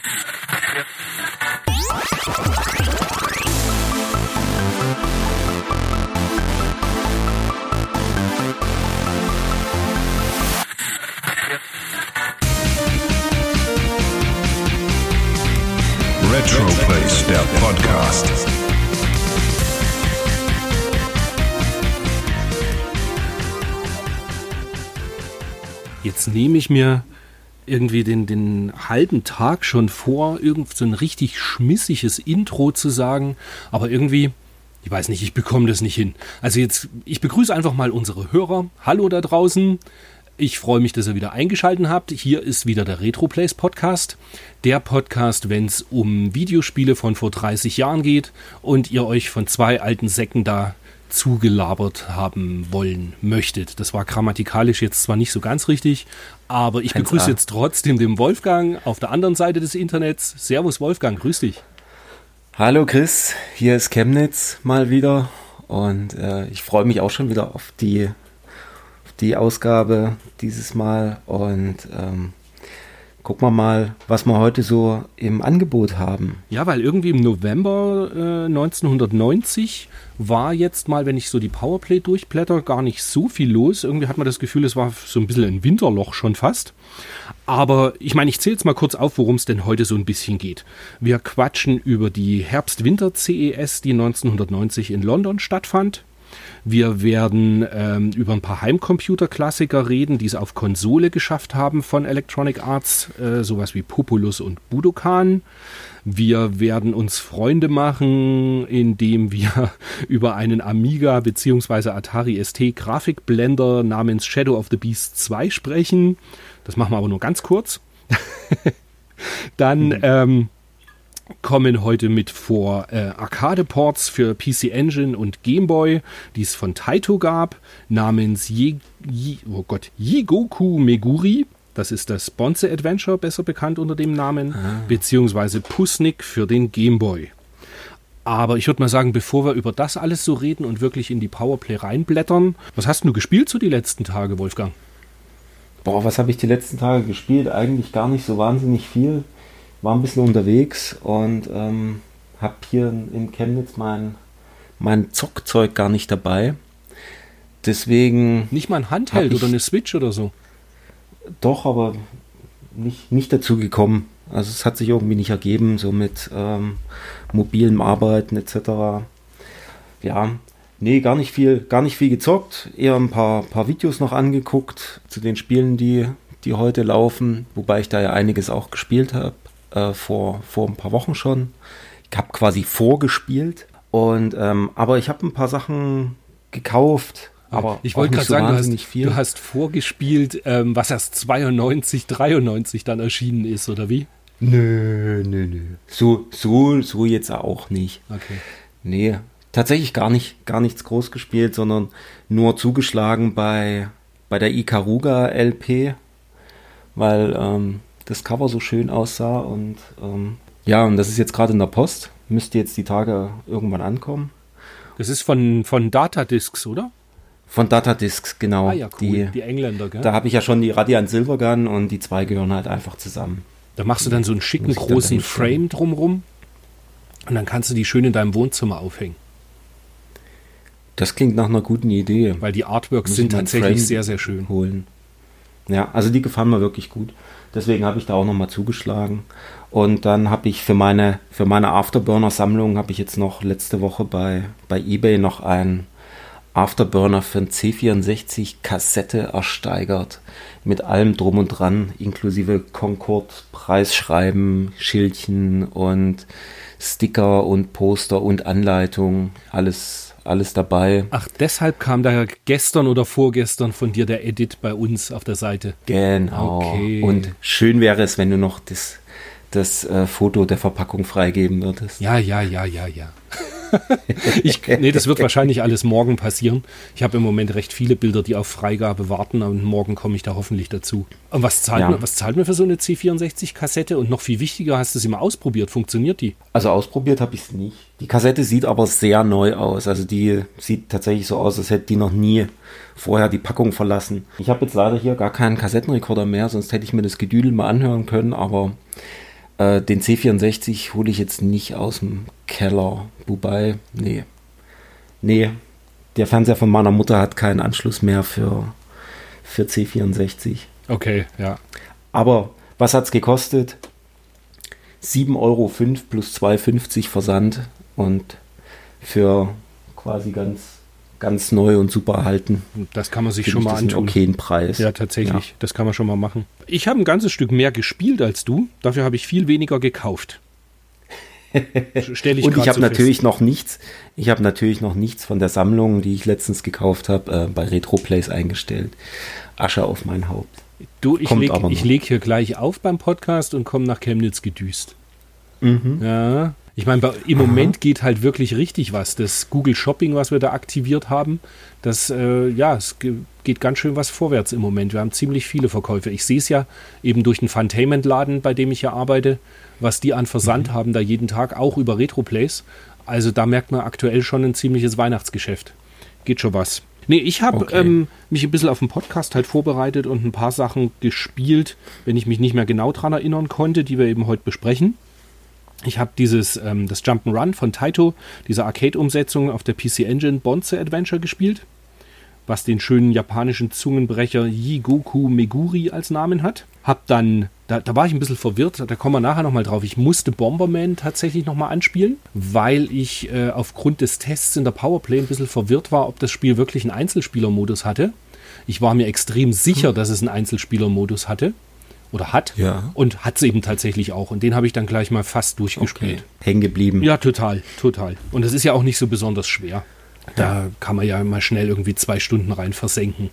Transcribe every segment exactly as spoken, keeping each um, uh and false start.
Retroplace, der Podcast. Jetzt nehme ich mir irgendwie den, den halben Tag schon vor, irgend so ein richtig schmissiges Intro zu sagen, aber irgendwie, ich weiß nicht, ich bekomme das nicht hin. Also jetzt, ich begrüße einfach mal unsere Hörer. Hallo da draußen. Ich freue mich, dass ihr wieder eingeschaltet habt. Hier ist wieder der Retroplace Podcast. Der Podcast, wenn es um Videospiele von vor dreißig Jahren geht und ihr euch von zwei alten Säcken da zugelabert haben wollen möchtet. Das war grammatikalisch jetzt zwar nicht so ganz richtig, aber ich begrüße jetzt trotzdem den Wolfgang auf der anderen Seite des Internets. Servus Wolfgang, grüß dich. Hallo Chris, hier ist Chemnitz mal wieder und äh, ich freue mich auch schon wieder auf die, auf die Ausgabe dieses Mal und ähm, gucken wir mal, was wir heute so im Angebot haben. Ja, weil irgendwie im November äh, neunzehnhundertneunzig war jetzt mal, wenn ich so die Powerplay durchblätter, gar nicht so viel los. Irgendwie hat man das Gefühl, es war so ein bisschen ein Winterloch schon fast. Aber ich meine, ich zähle jetzt mal kurz auf, worum es denn heute so ein bisschen geht. Wir quatschen über die Herbst-Winter-C E S, die neunzehnhundertneunzig in London stattfand. Wir werden ähm, über ein paar Heimcomputer-Klassiker reden, die es auf Konsole geschafft haben von Electronic Arts, äh, sowas wie Populous und Budokan. Wir werden uns Freunde machen, indem wir über einen Amiga bzw. Atari S T Grafikblender namens Shadow of the Beast zwei sprechen. Das machen wir aber nur ganz kurz. Dann ähm, kommen heute mit vor äh, Arcade-Ports für P C Engine und Game Boy, die es von Taito gab, namens Ye, Ye, oh Gott, Jigoku Meguri. Das ist das Bonze Adventure, besser bekannt unter dem Namen, ah. beziehungsweise Pusnik für den Game Boy. Aber ich würde mal sagen, bevor wir über das alles so reden und wirklich in die Powerplay reinblättern, was hast du gespielt so die letzten Tage, Wolfgang? Boah, was habe ich die letzten Tage gespielt? Eigentlich gar nicht so wahnsinnig viel. War ein bisschen unterwegs und ähm, habe hier in Chemnitz mein, mein Zockzeug gar nicht dabei. Deswegen... Nicht mal ein Handheld oder eine Switch oder so? Doch, aber nicht, nicht dazu gekommen. Also es hat sich irgendwie nicht ergeben, so mit ähm, mobilem Arbeiten et cetera. Ja, nee, gar nicht viel, gar nicht viel gezockt. Eher ein paar, paar Videos noch angeguckt zu den Spielen, die, die heute laufen. Wobei ich da ja einiges auch gespielt habe, äh, vor, vor ein paar Wochen schon. Ich habe quasi vorgespielt. Und, ähm, aber ich habe ein paar Sachen gekauft. Aber ich wollte gerade so sagen, du hast, du hast vorgespielt, ähm, was erst zweiundneunzig, dreiundneunzig dann erschienen ist, oder wie? Nö, nö, nö. So, so, so jetzt auch nicht. Okay. Nee, tatsächlich gar nicht, gar nichts groß gespielt, sondern nur zugeschlagen bei, bei der Ikaruga L P, weil ähm, das Cover so schön aussah und ähm, ja, und das ist jetzt gerade in der Post. Müsste jetzt die Tage irgendwann ankommen. Das ist von, von Datadiscs, oder? Von Datadiscs, genau. Ah ja, cool. Die, die Engländer, gell? Da habe ich ja schon die Radiant Silvergun und die zwei gehören halt einfach zusammen. Da machst du dann so einen schicken großen Frame drumrum und dann kannst du die schön in deinem Wohnzimmer aufhängen. Das klingt nach einer guten Idee. Weil die Artworks sind tatsächlich sehr, sehr schön. Holen. Ja, also die gefallen mir wirklich gut. Deswegen habe ich da auch nochmal zugeschlagen. Und dann habe ich für meine, für meine Afterburner-Sammlung habe ich jetzt noch letzte Woche bei, bei eBay noch ein Afterburner für ein C vierundsechzig Kassette ersteigert. Mit allem drum und dran, inklusive Concord, Preisschreiben, Schildchen und Sticker und Poster und Anleitung. Alles, alles dabei. Ach, deshalb kam da gestern oder vorgestern von dir der Edit bei uns auf der Seite. Genau. Okay. Und schön wäre es, wenn du noch das, das äh, Foto der Verpackung freigeben würdest. Ja, ja, ja, ja, ja. ich, nee, das wird wahrscheinlich alles morgen passieren. Ich habe im Moment recht viele Bilder, die auf Freigabe warten und morgen komme ich da hoffentlich dazu. Und was zahlt, ja. man, was zahlt man für so eine C vierundsechzig Kassette? Und noch viel wichtiger, hast du sie mal ausprobiert? Funktioniert die? Also ausprobiert habe ich es nicht. Die Kassette sieht aber sehr neu aus. Also die sieht tatsächlich so aus, als hätte die noch nie vorher die Packung verlassen. Ich habe jetzt leider hier gar keinen Kassettenrekorder mehr, sonst hätte ich mir das Gedüdel mal anhören können, aber Äh, den C vierundsechzig hole ich jetzt nicht aus dem Keller. Wobei, nee. Nee, der Fernseher von meiner Mutter hat keinen Anschluss mehr für, für C vierundsechzig. Okay, ja. Aber was hat es gekostet? sieben Euro fünf plus zwei Euro fünfzig Versand und für quasi ganz, ganz neu und super erhalten. Das kann man sich schon mal antun. Okayen Preis. Ja, tatsächlich. Ja. Das kann man schon mal machen. Ich habe ein ganzes Stück mehr gespielt als du. Dafür habe ich viel weniger gekauft. Stell ich und ich habe so natürlich fest. noch nichts. Ich habe natürlich noch nichts von der Sammlung, die ich letztens gekauft habe, äh, bei Retroplays eingestellt. Asche auf mein Haupt. Du, ich lege leg hier gleich auf beim Podcast und komme nach Chemnitz gedüst. Mhm. Ja, ich meine, im Aha. Moment geht halt wirklich richtig was. Das Google Shopping, was wir da aktiviert haben, das, äh, ja, es geht ganz schön was vorwärts im Moment. Wir haben ziemlich viele Verkäufe. Ich sehe es ja eben durch den Funtainment-Laden, bei dem ich ja arbeite, was die an Versand mhm. haben, da jeden Tag, auch über Retroplays. Also da merkt man aktuell schon ein ziemliches Weihnachtsgeschäft. Geht schon was. Nee, ich habe okay. ähm, mich ein bisschen auf den Podcast halt vorbereitet und ein paar Sachen gespielt, wenn ich mich nicht mehr genau dran erinnern konnte, die wir eben heute besprechen. Ich habe dieses, ähm, das Jump'n'Run von Taito, diese Arcade-Umsetzung auf der P C Engine Bonze Adventure gespielt, was den schönen japanischen Zungenbrecher Jigoku Meguri als Namen hat. Hab dann, da, da war ich ein bisschen verwirrt, da kommen wir nachher nochmal drauf, ich musste Bomberman tatsächlich nochmal anspielen, weil ich äh, aufgrund des Tests in der Powerplay ein bisschen verwirrt war, ob das Spiel wirklich einen Einzelspielermodus hatte. Ich war mir extrem sicher, hm. dass es einen Einzelspielermodus hatte. Oder hat. Ja. Und hat es eben tatsächlich auch. Und den habe ich dann gleich mal fast durchgespielt. Okay. Hängen geblieben. Ja, total, total. Und es ist ja auch nicht so besonders schwer. Da ja. kann man ja mal schnell irgendwie zwei Stunden rein versenken.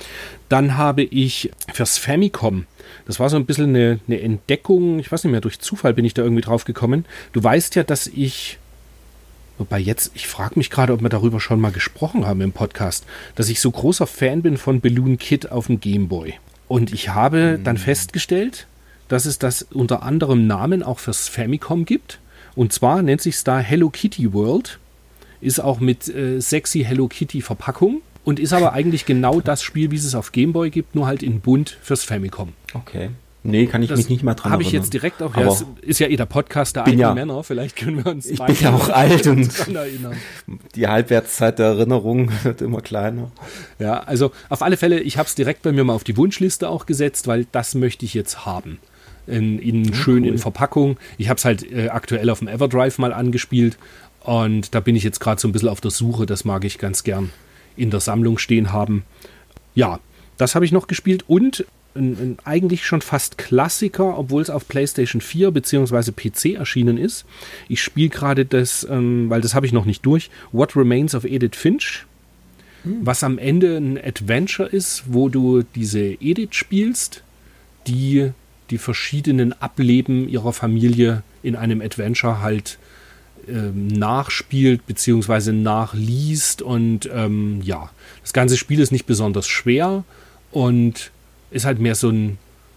Dann habe ich fürs Famicom, das war so ein bisschen eine, eine Entdeckung, ich weiß nicht mehr, durch Zufall bin ich da irgendwie drauf gekommen. Du weißt ja, dass ich, wobei jetzt, ich frage mich gerade, ob wir darüber schon mal gesprochen haben im Podcast, dass ich so großer Fan bin von Balloon Kid auf dem Gameboy. Und ich habe dann festgestellt, dass es das unter anderem Namen auch fürs Famicom gibt. Und zwar nennt sich es da Hello Kitty World. Ist auch mit äh, sexy Hello Kitty Verpackung. Und ist aber eigentlich genau das Spiel, wie es es auf Gameboy gibt, nur halt in bunt fürs Famicom. Okay. Nee, kann ich das mich nicht mal dran erinnern. Habe ich jetzt direkt auch, ja, es ist ja eh der Podcast der alten ja, Männer, vielleicht können wir uns Ich bin ja auch alt und erinnern. Die Halbwertszeit der Erinnerung wird immer kleiner. Ja, also auf alle Fälle, ich habe es direkt bei mir mal auf die Wunschliste auch gesetzt, weil das möchte ich jetzt haben. In, in ja, schön cool. in Verpackung. Ich habe es halt äh, aktuell auf dem Everdrive mal angespielt und da bin ich jetzt gerade so ein bisschen auf der Suche, das mag ich ganz gern in der Sammlung stehen haben. Ja, das habe ich noch gespielt und Ein, ein eigentlich schon fast Klassiker, obwohl es auf PlayStation vier bzw. P C erschienen ist. Ich spiele gerade das, ähm, weil das habe ich noch nicht durch, What Remains of Edith Finch, hm. was am Ende ein Adventure ist, wo du diese Edith spielst, die die verschiedenen Ableben ihrer Familie in einem Adventure halt ähm, nachspielt bzw. nachliest und ähm, ja, das ganze Spiel ist nicht besonders schwer und ist halt mehr so ein,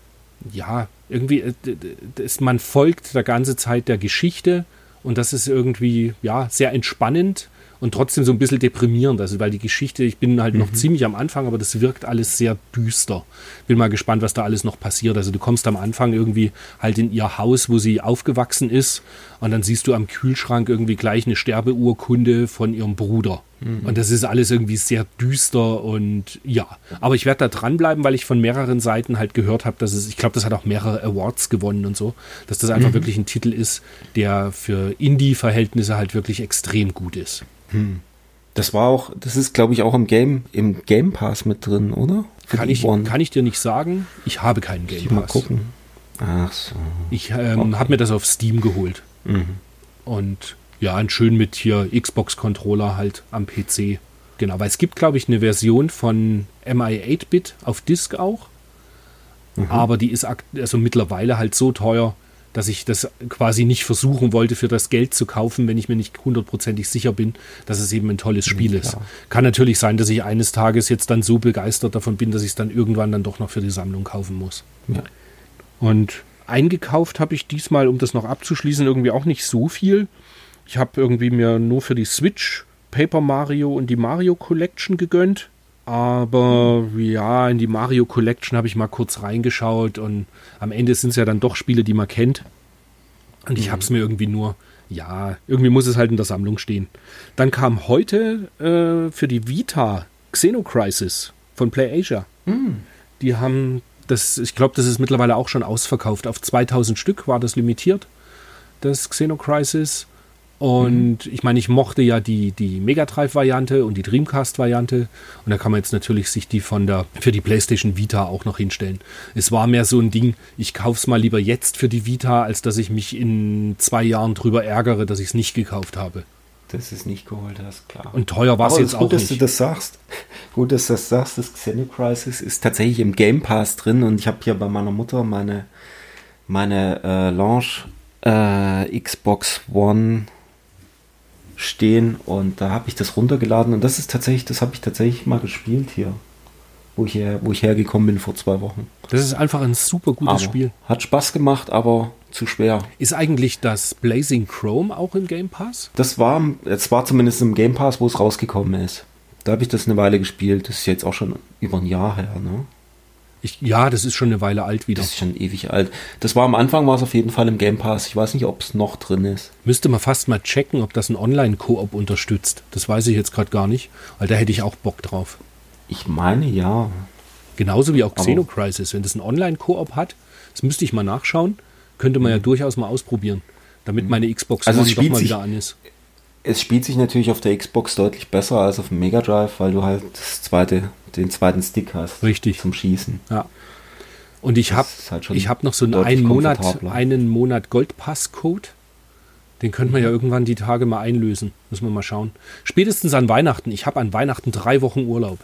ja, irgendwie, ist, man folgt der ganze Zeit der Geschichte und das ist irgendwie, ja, sehr entspannend und trotzdem so ein bisschen deprimierend, also weil die Geschichte, ich bin halt mhm. noch ziemlich am Anfang, aber das wirkt alles sehr düster. Bin mal gespannt, was da alles noch passiert. Also du kommst am Anfang irgendwie halt in ihr Haus, wo sie aufgewachsen ist und dann siehst du am Kühlschrank irgendwie gleich eine Sterbeurkunde von ihrem Bruder. Mhm. Und das ist alles irgendwie sehr düster und ja. Aber ich werde da dranbleiben, weil ich von mehreren Seiten halt gehört habe, dass es, ich glaube, das hat auch mehrere Awards gewonnen und so, dass das einfach mhm. wirklich ein Titel ist, der für Indie-Verhältnisse halt wirklich extrem gut ist. Hm. Das war auch, das ist, glaube ich, auch im Game, im Game Pass mit drin, oder? Kann ich, kann ich dir nicht sagen. Ich habe keinen Game Pass. Mal gucken. Ach so. Ich ähm, okay. habe mir das auf Steam geholt. Mhm. Und ja, und schön mit hier Xbox-Controller halt am P C. Genau, weil es gibt, glaube ich, eine Version von M I acht Bit auf Disk auch. Mhm. Aber die ist also mittlerweile halt so teuer, dass ich das quasi nicht versuchen wollte, für das Geld zu kaufen, wenn ich mir nicht hundertprozentig sicher bin, dass es eben ein tolles Spiel ja, ist. Kann natürlich sein, dass ich eines Tages jetzt dann so begeistert davon bin, dass ich es dann irgendwann dann doch noch für die Sammlung kaufen muss. Ja. Und eingekauft habe ich diesmal, um das noch abzuschließen, irgendwie auch nicht so viel. Ich habe irgendwie mir nur für die Switch Paper Mario und die Mario Collection gegönnt. Aber ja, in die Mario Collection habe ich mal kurz reingeschaut und am Ende sind es ja dann doch Spiele, die man kennt. Und ich mhm. habe es mir irgendwie nur, ja, irgendwie muss es halt in der Sammlung stehen. Dann kam heute äh, für die Vita Xenocrisis von PlayAsia. Mhm. Die haben das, ich glaube, das ist mittlerweile auch schon ausverkauft. Auf zweitausend Stück war das limitiert, das Xenocrisis. Und mhm. ich meine, ich mochte ja die, die Mega Drive-Variante und die Dreamcast-Variante. Und da kann man jetzt natürlich sich die von der für die PlayStation Vita auch noch hinstellen. Es war mehr so ein Ding, ich kauf's mal lieber jetzt für die Vita, als dass ich mich in zwei Jahren drüber ärgere, dass ich es nicht gekauft habe. Dass du es nicht geholt hast, klar. Und teuer war es jetzt auch gut, nicht. Dass du das sagst. Gut, dass du das sagst. Das Xenocrisis ist tatsächlich im Game Pass drin. Und ich habe hier bei meiner Mutter meine, meine äh, Launch äh, Xbox One stehen und da habe ich das runtergeladen und das ist tatsächlich, das habe ich tatsächlich mal gespielt hier, wo ich, her, wo ich hergekommen bin vor zwei Wochen. Das ist einfach ein super gutes aber Spiel. Hat Spaß gemacht, aber zu schwer. Ist eigentlich das Blazing Chrome auch im Game Pass? Das war, es war zumindest im Game Pass, wo es rausgekommen ist. Da habe ich das eine Weile gespielt. Das ist jetzt auch schon über ein Jahr her, ne? Ich, ja, das ist schon eine Weile alt wieder. Das ist schon ewig alt. Das war am Anfang, war es auf jeden Fall im Game Pass. Ich weiß nicht, ob es noch drin ist. Müsste man fast mal checken, ob das ein Online-Koop unterstützt. Das weiß ich jetzt gerade gar nicht, weil da hätte ich auch Bock drauf. Ich meine, ja. Genauso wie auch Xenocrisis. Wenn das ein Online-Koop hat, das müsste ich mal nachschauen, könnte man mhm. ja durchaus mal ausprobieren, damit meine Xbox also One doch mal sich, wieder an ist. Es spielt sich natürlich auf der Xbox deutlich besser als auf dem Mega Drive, weil du halt das zweite, den zweiten Stick hast. Richtig. Zum Schießen. Ja. Und ich habe halt ich hab noch so einen, einen Monat, einen Monat Goldpass-Code. Den könnte man ja irgendwann die Tage mal einlösen. Müssen wir mal schauen. Spätestens an Weihnachten. Ich habe an Weihnachten drei Wochen Urlaub.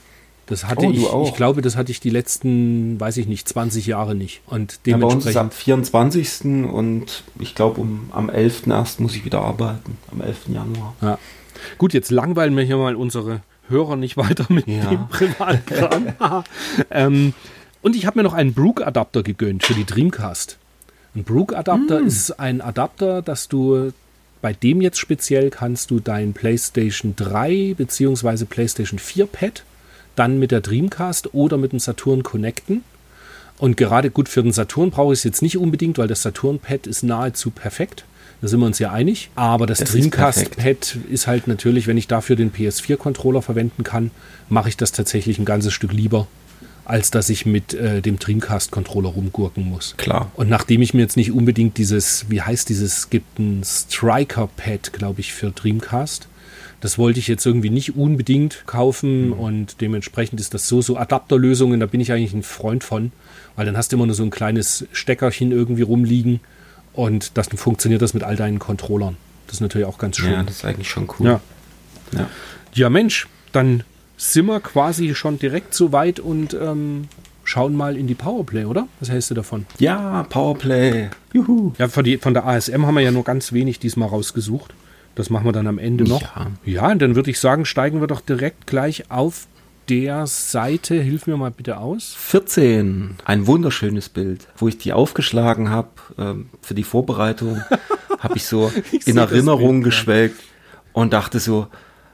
Das hatte oh, ich, auch. ich glaube, das hatte ich die letzten, weiß ich nicht, zwanzig Jahre nicht. Und dementsprechend. Ja, bei uns ist am am vierundzwanzigsten und ich glaube, um, am elften erst muss ich wieder arbeiten. Am elften Januar. Ja. Gut, jetzt langweilen wir hier mal unsere Hörer nicht weiter mit ja. dem Privatkram. ähm, und ich habe mir noch einen Brook-Adapter gegönnt für die Dreamcast. Ein Brook-Adapter mm. ist ein Adapter, dass du, bei dem jetzt speziell kannst du dein PlayStation drei bzw. PlayStation vier Pad dann mit der Dreamcast oder mit dem Saturn connecten. Und gerade gut für den Saturn brauche ich es jetzt nicht unbedingt, weil das Saturn-Pad ist nahezu perfekt. Da sind wir uns ja einig. Aber das, das Dreamcast-Pad ist, ist halt natürlich, wenn ich dafür den P S vier Controller verwenden kann, mache ich das tatsächlich ein ganzes Stück lieber, als dass ich mit äh, dem Dreamcast-Controller rumgurken muss. Klar. Und nachdem ich mir jetzt nicht unbedingt dieses, wie heißt dieses, es gibt ein Striker-Pad, glaube ich, für Dreamcast. Das wollte ich jetzt irgendwie nicht unbedingt kaufen mhm. und dementsprechend ist das so, so Adapterlösungen, da bin ich eigentlich ein Freund von, weil dann hast du immer nur so ein kleines Steckerchen irgendwie rumliegen und das, dann funktioniert das mit all deinen Controllern. Das ist natürlich auch ganz schön. Ja, das ist eigentlich schon cool. Ja, ja. ja Mensch, dann sind wir quasi schon direkt so weit und ähm, schauen mal in die Powerplay, oder? Was hältst du davon? Ja, Powerplay. Juhu. Ja, von, die, von der A S M haben wir ja nur ganz wenig diesmal rausgesucht. Das machen wir dann am Ende noch. Ja, ja und dann würde ich sagen, steigen wir doch direkt gleich auf der Seite. Hilf mir mal bitte aus. vierzehn. Ein wunderschönes Bild. Wo ich die aufgeschlagen habe ähm, für die Vorbereitung, habe ich so ich in Erinnerung Bild, geschwelgt ja. und dachte so,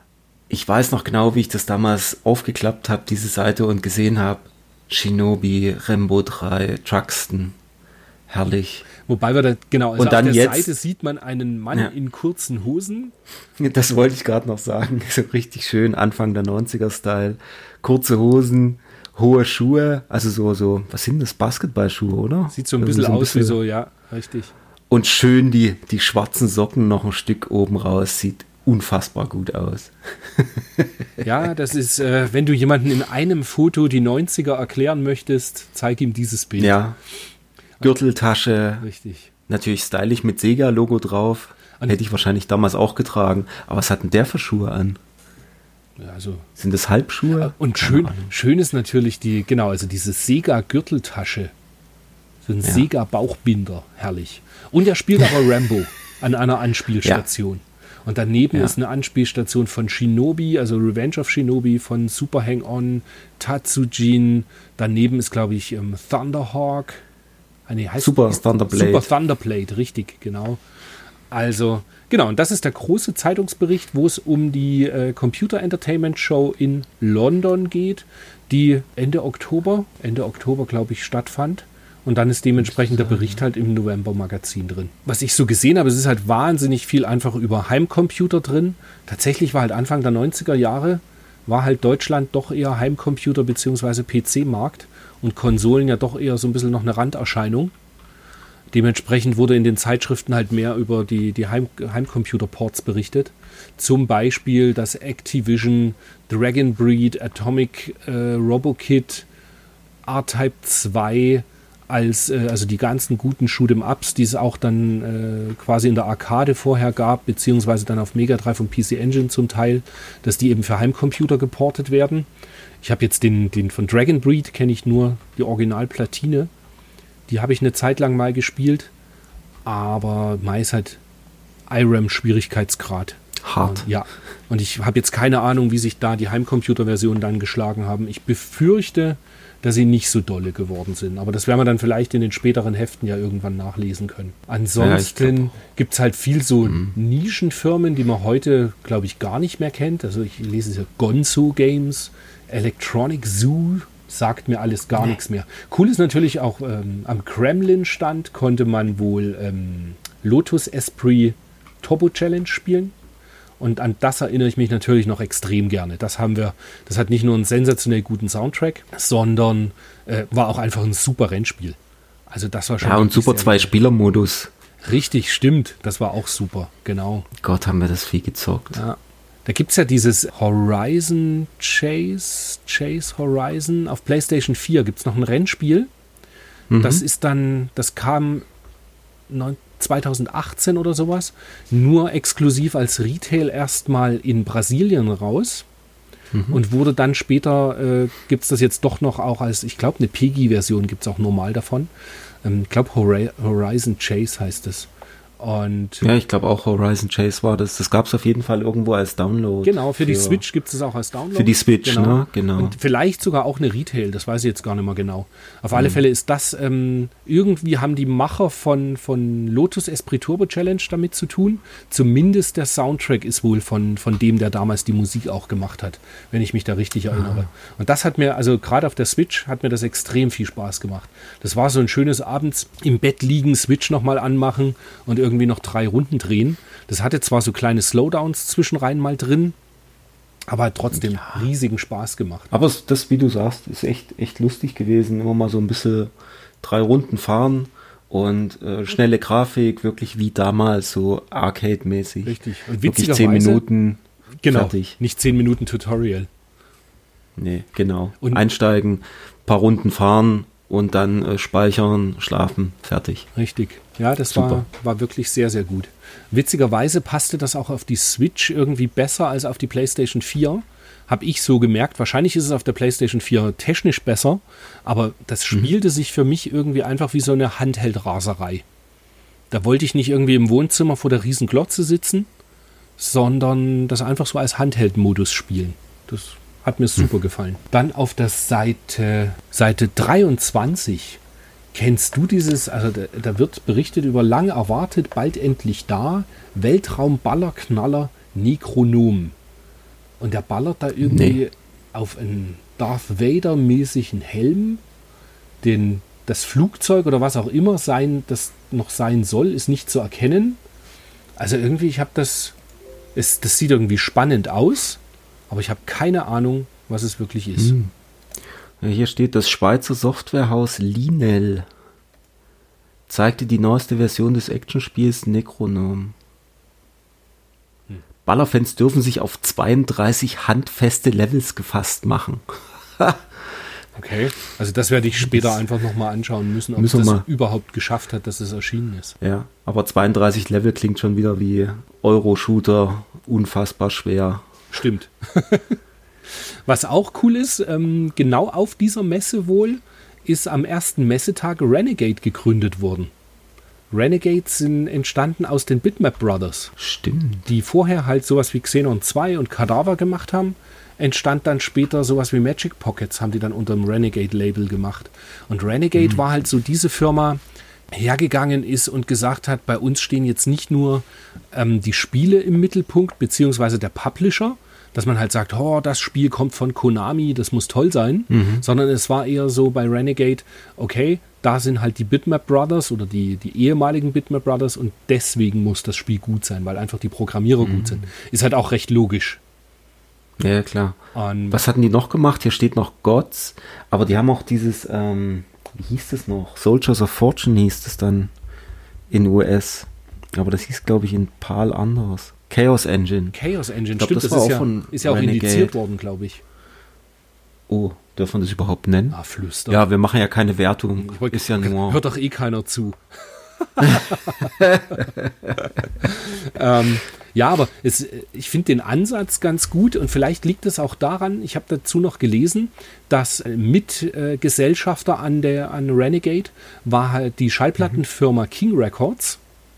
ich weiß noch genau, wie ich das damals aufgeklappt habe, diese Seite, und gesehen habe, Shinobi, Rambo drei, Truxton. Herrlich. Wobei wir da, genau, also und dann auf der jetzt, Seite sieht man einen Mann ja. in kurzen Hosen. Das wollte ich gerade noch sagen. So richtig schön, Anfang der neunziger-Style. Kurze Hosen, hohe Schuhe, also so, so, was sind das, Basketballschuhe, oder? Sieht so ein bisschen so ein aus bisschen, wie so, ja, richtig. Und schön die, die schwarzen Socken noch ein Stück oben raus, sieht unfassbar gut aus. Ja, das ist, äh, wenn du jemanden in einem Foto die neunziger erklären möchtest, zeig ihm dieses Bild. Ja. Gürteltasche, richtig. Natürlich stylisch mit Sega-Logo drauf. Und hätte ich wahrscheinlich damals auch getragen. Aber was hat denn der für Schuhe an? Ja, also, sind das Halbschuhe? Und schön, schön ist natürlich die, genau, also diese Sega-Gürteltasche. So ein ja. Sega-Bauchbinder, herrlich. Und er spielt aber Rambo an einer Anspielstation. Ja. Und daneben ja. ist eine Anspielstation von Shinobi, also Revenge of Shinobi, von Super Hang-On, Tatsujin. Daneben ist, glaube ich, um, Thunderhawk. Nee, heißt Super Thunderblade. Super Thunderblade, richtig, genau. Also, genau, und das ist der große Zeitungsbericht, wo es um die äh, Computer Entertainment Show in London geht, die Ende Oktober, Ende Oktober, glaube ich, stattfand. Und dann ist dementsprechend der Bericht halt im November-Magazin drin. Was ich so gesehen habe, es ist halt wahnsinnig viel einfach über Heimcomputer drin. Tatsächlich war halt Anfang der neunziger Jahre, war halt Deutschland doch eher Heimcomputer- bzw. P C-Markt und Konsolen ja doch eher so ein bisschen noch eine Randerscheinung. Dementsprechend wurde in den Zeitschriften halt mehr über die, die Heim, Heimcomputer-Ports berichtet. Zum Beispiel, dass Activision, Dragon Breed, Atomic, äh, RoboKit, R-Type zwei als, äh, also die ganzen guten Shoot'em-Ups, die es auch dann äh, quasi in der Arcade vorher gab, beziehungsweise dann auf Mega Drive und P C Engine zum Teil, dass die eben für Heimcomputer geportet werden. Ich habe jetzt den, den von Dragon Breed, kenne ich nur die Originalplatine. Die habe ich eine Zeit lang mal gespielt, aber meist halt I RAM-Schwierigkeitsgrad. Hart. Und, ja, und ich habe jetzt keine Ahnung, wie sich da die Heimcomputer-Versionen dann geschlagen haben. Ich befürchte, dass sie nicht so dolle geworden sind. Aber das werden wir dann vielleicht in den späteren Heften ja irgendwann nachlesen können. Ansonsten ja, gibt es halt viel so mhm. Nischenfirmen, die man heute, glaube ich, gar nicht mehr kennt. Also ich lese es ja, Gonzo Games, Electronic Zoo, sagt mir alles gar nee. nichts mehr. Cool ist natürlich auch, ähm, am Kremlin-Stand konnte man wohl ähm, Lotus Esprit Turbo Challenge spielen. Und an das erinnere ich mich natürlich noch extrem gerne. Das haben wir, das hat nicht nur einen sensationell guten Soundtrack, sondern äh, war auch einfach ein super Rennspiel. Also das war schon. Ja, und super Zwei-Spieler-Modus. Richtig, stimmt. Das war auch super, genau. Gott, haben wir das viel gezockt. Ja. Da gibt es ja dieses Horizon Chase, Chase Horizon. Auf PlayStation vier gibt es noch ein Rennspiel. Mhm. Das ist dann, das kam zwanzig achtzehn oder sowas, nur exklusiv als Retail erstmal in Brasilien raus mhm. und wurde dann später, äh, gibt es das jetzt doch noch auch als, ich glaube, eine P E G I-Version gibt es auch normal davon. Ähm, ich glaube, Hor- Horizon Chase heißt es. Und ja, ich glaube auch Horizon Chase war das. Das gab es auf jeden Fall irgendwo als Download. Genau, für, für die Switch gibt es auch als Download. Für die Switch, genau. ne? Genau. Und vielleicht sogar auch eine Retail, das weiß ich jetzt gar nicht mehr genau. Auf mhm. alle Fälle ist das, ähm, irgendwie haben die Macher von, von Lotus Esprit Turbo Challenge damit zu tun. Zumindest der Soundtrack ist wohl von, von dem, der damals die Musik auch gemacht hat, wenn ich mich da richtig erinnere. Ah. Und das hat mir, also gerade auf der Switch, hat mir das extrem viel Spaß gemacht. Das war so ein schönes abends im Bett liegen, Switch nochmal anmachen und irgendwie irgendwie noch drei Runden drehen. Das hatte zwar so kleine Slowdowns zwischenrein mal drin, aber hat trotzdem ja. riesigen Spaß gemacht. Aber das, wie du sagst, ist echt, echt lustig gewesen. Immer mal so ein bisschen drei Runden fahren und äh, schnelle Grafik, wirklich wie damals, so Arcade-mäßig. Richtig. Und wirklich zehn Minuten genau, fertig. Nicht zehn Minuten Tutorial. Nee, genau. Und einsteigen, paar Runden fahren und dann äh, speichern, schlafen, fertig. Richtig. Ja, das war, war wirklich sehr, sehr gut. Witzigerweise passte das auch auf die Switch irgendwie besser als auf die PlayStation vier. Habe ich so gemerkt. Wahrscheinlich ist es auf der PlayStation vier technisch besser, aber das spielte mhm. sich für mich irgendwie einfach wie so eine Handheld-Raserei. Da wollte ich nicht irgendwie im Wohnzimmer vor der riesen Glotze sitzen, sondern das einfach so als Handheld-Modus spielen. Das hat mir super mhm. gefallen. Dann auf der Seite, Seite dreiundzwanzig. Kennst du dieses, also da, da wird berichtet über lang erwartet, bald endlich da, Weltraum-Ballerknaller Necronom. Und der ballert da irgendwie nee. auf einen Darth Vader-mäßigen Helm. Den, das Flugzeug oder was auch immer sein, das noch sein soll, ist nicht zu erkennen. Also irgendwie, ich habe das, es, das sieht irgendwie spannend aus, aber ich habe keine Ahnung, was es wirklich ist. Hm. Hier steht, das Schweizer Softwarehaus Linel zeigte die neueste Version des Actionspiels Necronom. Hm. Ballerfans dürfen sich auf zweiunddreißig handfeste Levels gefasst machen. Okay, also das werde ich später das einfach nochmal anschauen müssen, ob müssen es das mal. überhaupt geschafft hat, dass es erschienen ist. Ja, aber zweiunddreißig Level klingt schon wieder wie Euro-Shooter, unfassbar schwer. Stimmt. Was auch cool ist, ähm, genau auf dieser Messe wohl, ist am ersten Messetag Renegade gegründet worden. Renegades sind entstanden aus den Bitmap Brothers. Stimmt. Die vorher halt sowas wie Xenon zwei und Cadaver gemacht haben. Entstand dann später sowas wie Magic Pockets, haben die dann unter dem Renegade-Label gemacht. Und Renegade mhm. war halt so diese Firma, hergegangen ist und gesagt hat, bei uns stehen jetzt nicht nur ähm, die Spiele im Mittelpunkt, beziehungsweise der Publisher, dass man halt sagt, oh, das Spiel kommt von Konami, das muss toll sein, mhm. sondern es war eher so bei Renegade, okay, da sind halt die Bitmap Brothers oder die, die ehemaligen Bitmap Brothers und deswegen muss das Spiel gut sein, weil einfach die Programmierer mhm. gut sind. Ist halt auch recht logisch. Ja, klar. Und was hatten die noch gemacht? Hier steht noch Gods, aber die haben auch dieses, ähm, wie hieß das noch? Soldiers of Fortune hieß das dann in U S. Aber das hieß, glaube ich, in PAL anders. Chaos Engine. Chaos Engine, glaub, stimmt, das, das war ist, auch ja, von ist ja auch Renegade. indiziert worden, glaube ich. Oh, dürfen wir das überhaupt nennen? Ah, flüstern. Ja, wir machen ja keine Wertung. Wollt, ist ja nur... Hört doch eh keiner zu. ähm, ja, aber es, ich finde den Ansatz ganz gut und vielleicht liegt es auch daran, ich habe dazu noch gelesen, dass Mitgesellschafter äh, an, der, an Renegade war halt die Schallplattenfirma mhm. King Records.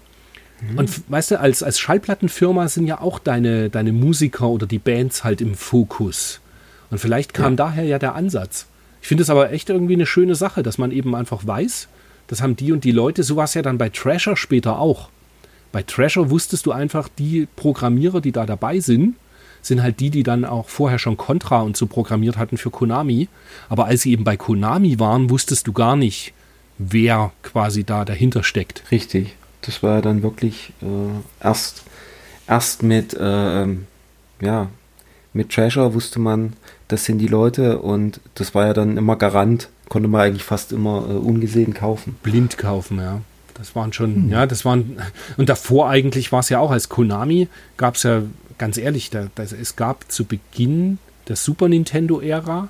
Mhm. Und weißt du, als, als Schallplattenfirma sind ja auch deine, deine Musiker oder die Bands halt im Fokus. Und vielleicht kam ja. daher ja der Ansatz. Ich finde es aber echt irgendwie eine schöne Sache, dass man eben einfach weiß, das haben die und die Leute, so war es ja dann bei Thrasher später auch. Bei Thrasher wusstest du einfach, die Programmierer, die da dabei sind, sind halt die, die dann auch vorher schon Contra und so programmiert hatten für Konami. Aber als sie eben bei Konami waren, wusstest du gar nicht, wer quasi da dahinter steckt. Richtig. Das war dann wirklich äh, erst, erst mit, äh, ja, mit Treasure wusste man, das sind die Leute und das war ja dann immer Garant, konnte man eigentlich fast immer äh, ungesehen kaufen. Blind kaufen, ja. Das waren schon, hm. ja, das waren, und davor eigentlich war es ja auch, als Konami gab es ja, ganz ehrlich, da, da, es gab zu Beginn der Super Nintendo-Ära,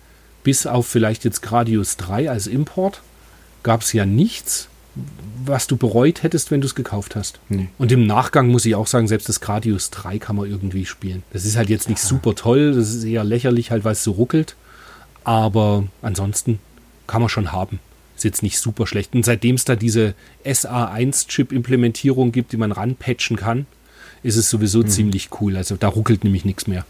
bis auf vielleicht jetzt Gradius drei als Import, gab es ja nichts, was du bereut hättest, wenn du es gekauft hast. Nee. Und im Nachgang muss ich auch sagen, selbst das Gradius drei kann man irgendwie spielen. Das ist halt jetzt nicht ja. super toll, das ist eher lächerlich halt, weil es so ruckelt, aber ansonsten kann man schon haben. Ist jetzt nicht super schlecht. Und seitdem es da diese S A eins Chip-Implementierung gibt, die man ranpatchen kann, ist es sowieso mhm. ziemlich cool. Also da ruckelt nämlich nichts mehr.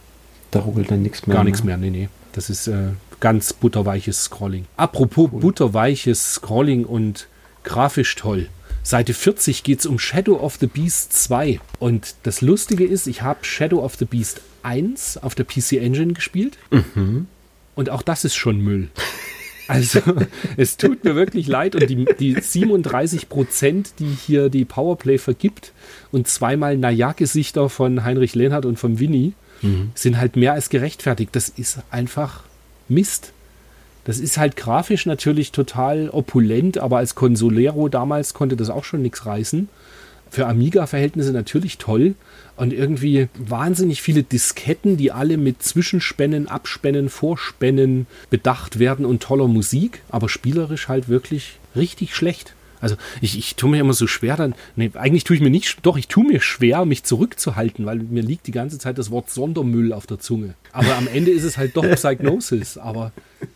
Da ruckelt dann nichts mehr. Gar nichts mehr, nee, nee. Das ist äh, ganz butterweiches Scrolling. Apropos cool. butterweiches Scrolling und grafisch toll. Seite vierzig geht es um Shadow of the Beast zwei. Und das Lustige ist, ich habe Shadow of the Beast eins auf der P C Engine gespielt. Mhm. Und auch das ist schon Müll. Also, es tut mir wirklich leid und die, die siebenunddreißig Prozent, die hier die Powerplay vergibt und zweimal Naja-Gesichter von Heinrich Lehnhardt und von Winnie, mhm. sind halt mehr als gerechtfertigt. Das ist einfach Mist. Das ist halt grafisch natürlich total opulent, aber als Consolero damals konnte das auch schon nichts reißen. Für Amiga-Verhältnisse natürlich toll und irgendwie wahnsinnig viele Disketten, die alle mit Zwischenspännen, Abspännen, Vorspännen bedacht werden und toller Musik, aber spielerisch halt wirklich richtig schlecht. Also ich, ich tue mir immer so schwer, dann, nee, eigentlich tue ich mir nicht, doch, ich tue mir schwer, mich zurückzuhalten, weil mir liegt die ganze Zeit das Wort Sondermüll auf der Zunge. Aber am Ende ist es halt doch Psygnosis, aber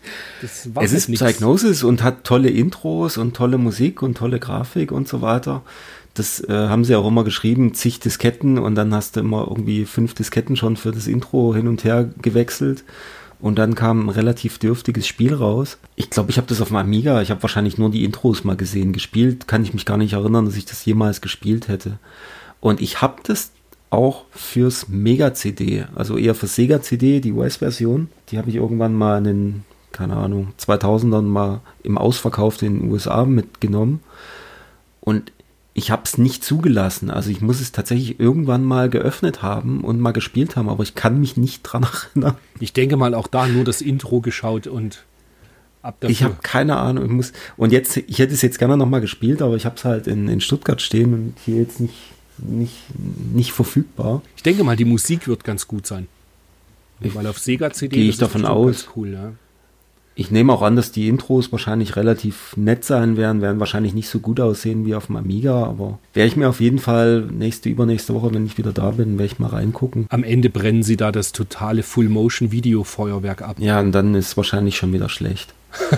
das war es ist nix. Psygnosis und hat tolle Intros und tolle Musik und tolle Grafik und so weiter. Das äh, haben sie auch immer geschrieben, zig Disketten und dann hast du immer irgendwie fünf Disketten schon für das Intro hin und her gewechselt und dann kam ein relativ dürftiges Spiel raus. Ich glaube, ich habe das auf dem Amiga, ich habe wahrscheinlich nur die Intros mal gesehen. Gespielt kann ich mich gar nicht erinnern, dass ich das jemals gespielt hätte. Und ich habe das auch fürs Mega-C D, also eher für Sega-C D, die U S-Version. Die habe ich irgendwann mal in den, keine Ahnung, zweitausendern mal im Ausverkauf in den U S A mitgenommen. Und ich habe es nicht zugelassen. Also ich muss es tatsächlich irgendwann mal geöffnet haben und mal gespielt haben, aber ich kann mich nicht dran erinnern. Ich denke mal auch da nur das Intro geschaut und ab dafür. Ich habe keine Ahnung. Ich muss, und jetzt, ich hätte es jetzt gerne noch mal gespielt, aber ich habe es halt in, in Stuttgart stehen und hier jetzt nicht, nicht, nicht verfügbar. Ich denke mal, die Musik wird ganz gut sein. Weil auf Sega-C D gehe ich davon aus. Cool, ja. Ich nehme auch an, dass die Intros wahrscheinlich relativ nett sein werden, werden wahrscheinlich nicht so gut aussehen wie auf dem Amiga, aber werde ich mir auf jeden Fall nächste, übernächste Woche, wenn ich wieder da bin, werde ich mal reingucken. Am Ende brennen sie da das totale Full-Motion-Video-Feuerwerk ab. Ja, und dann ist wahrscheinlich schon wieder schlecht.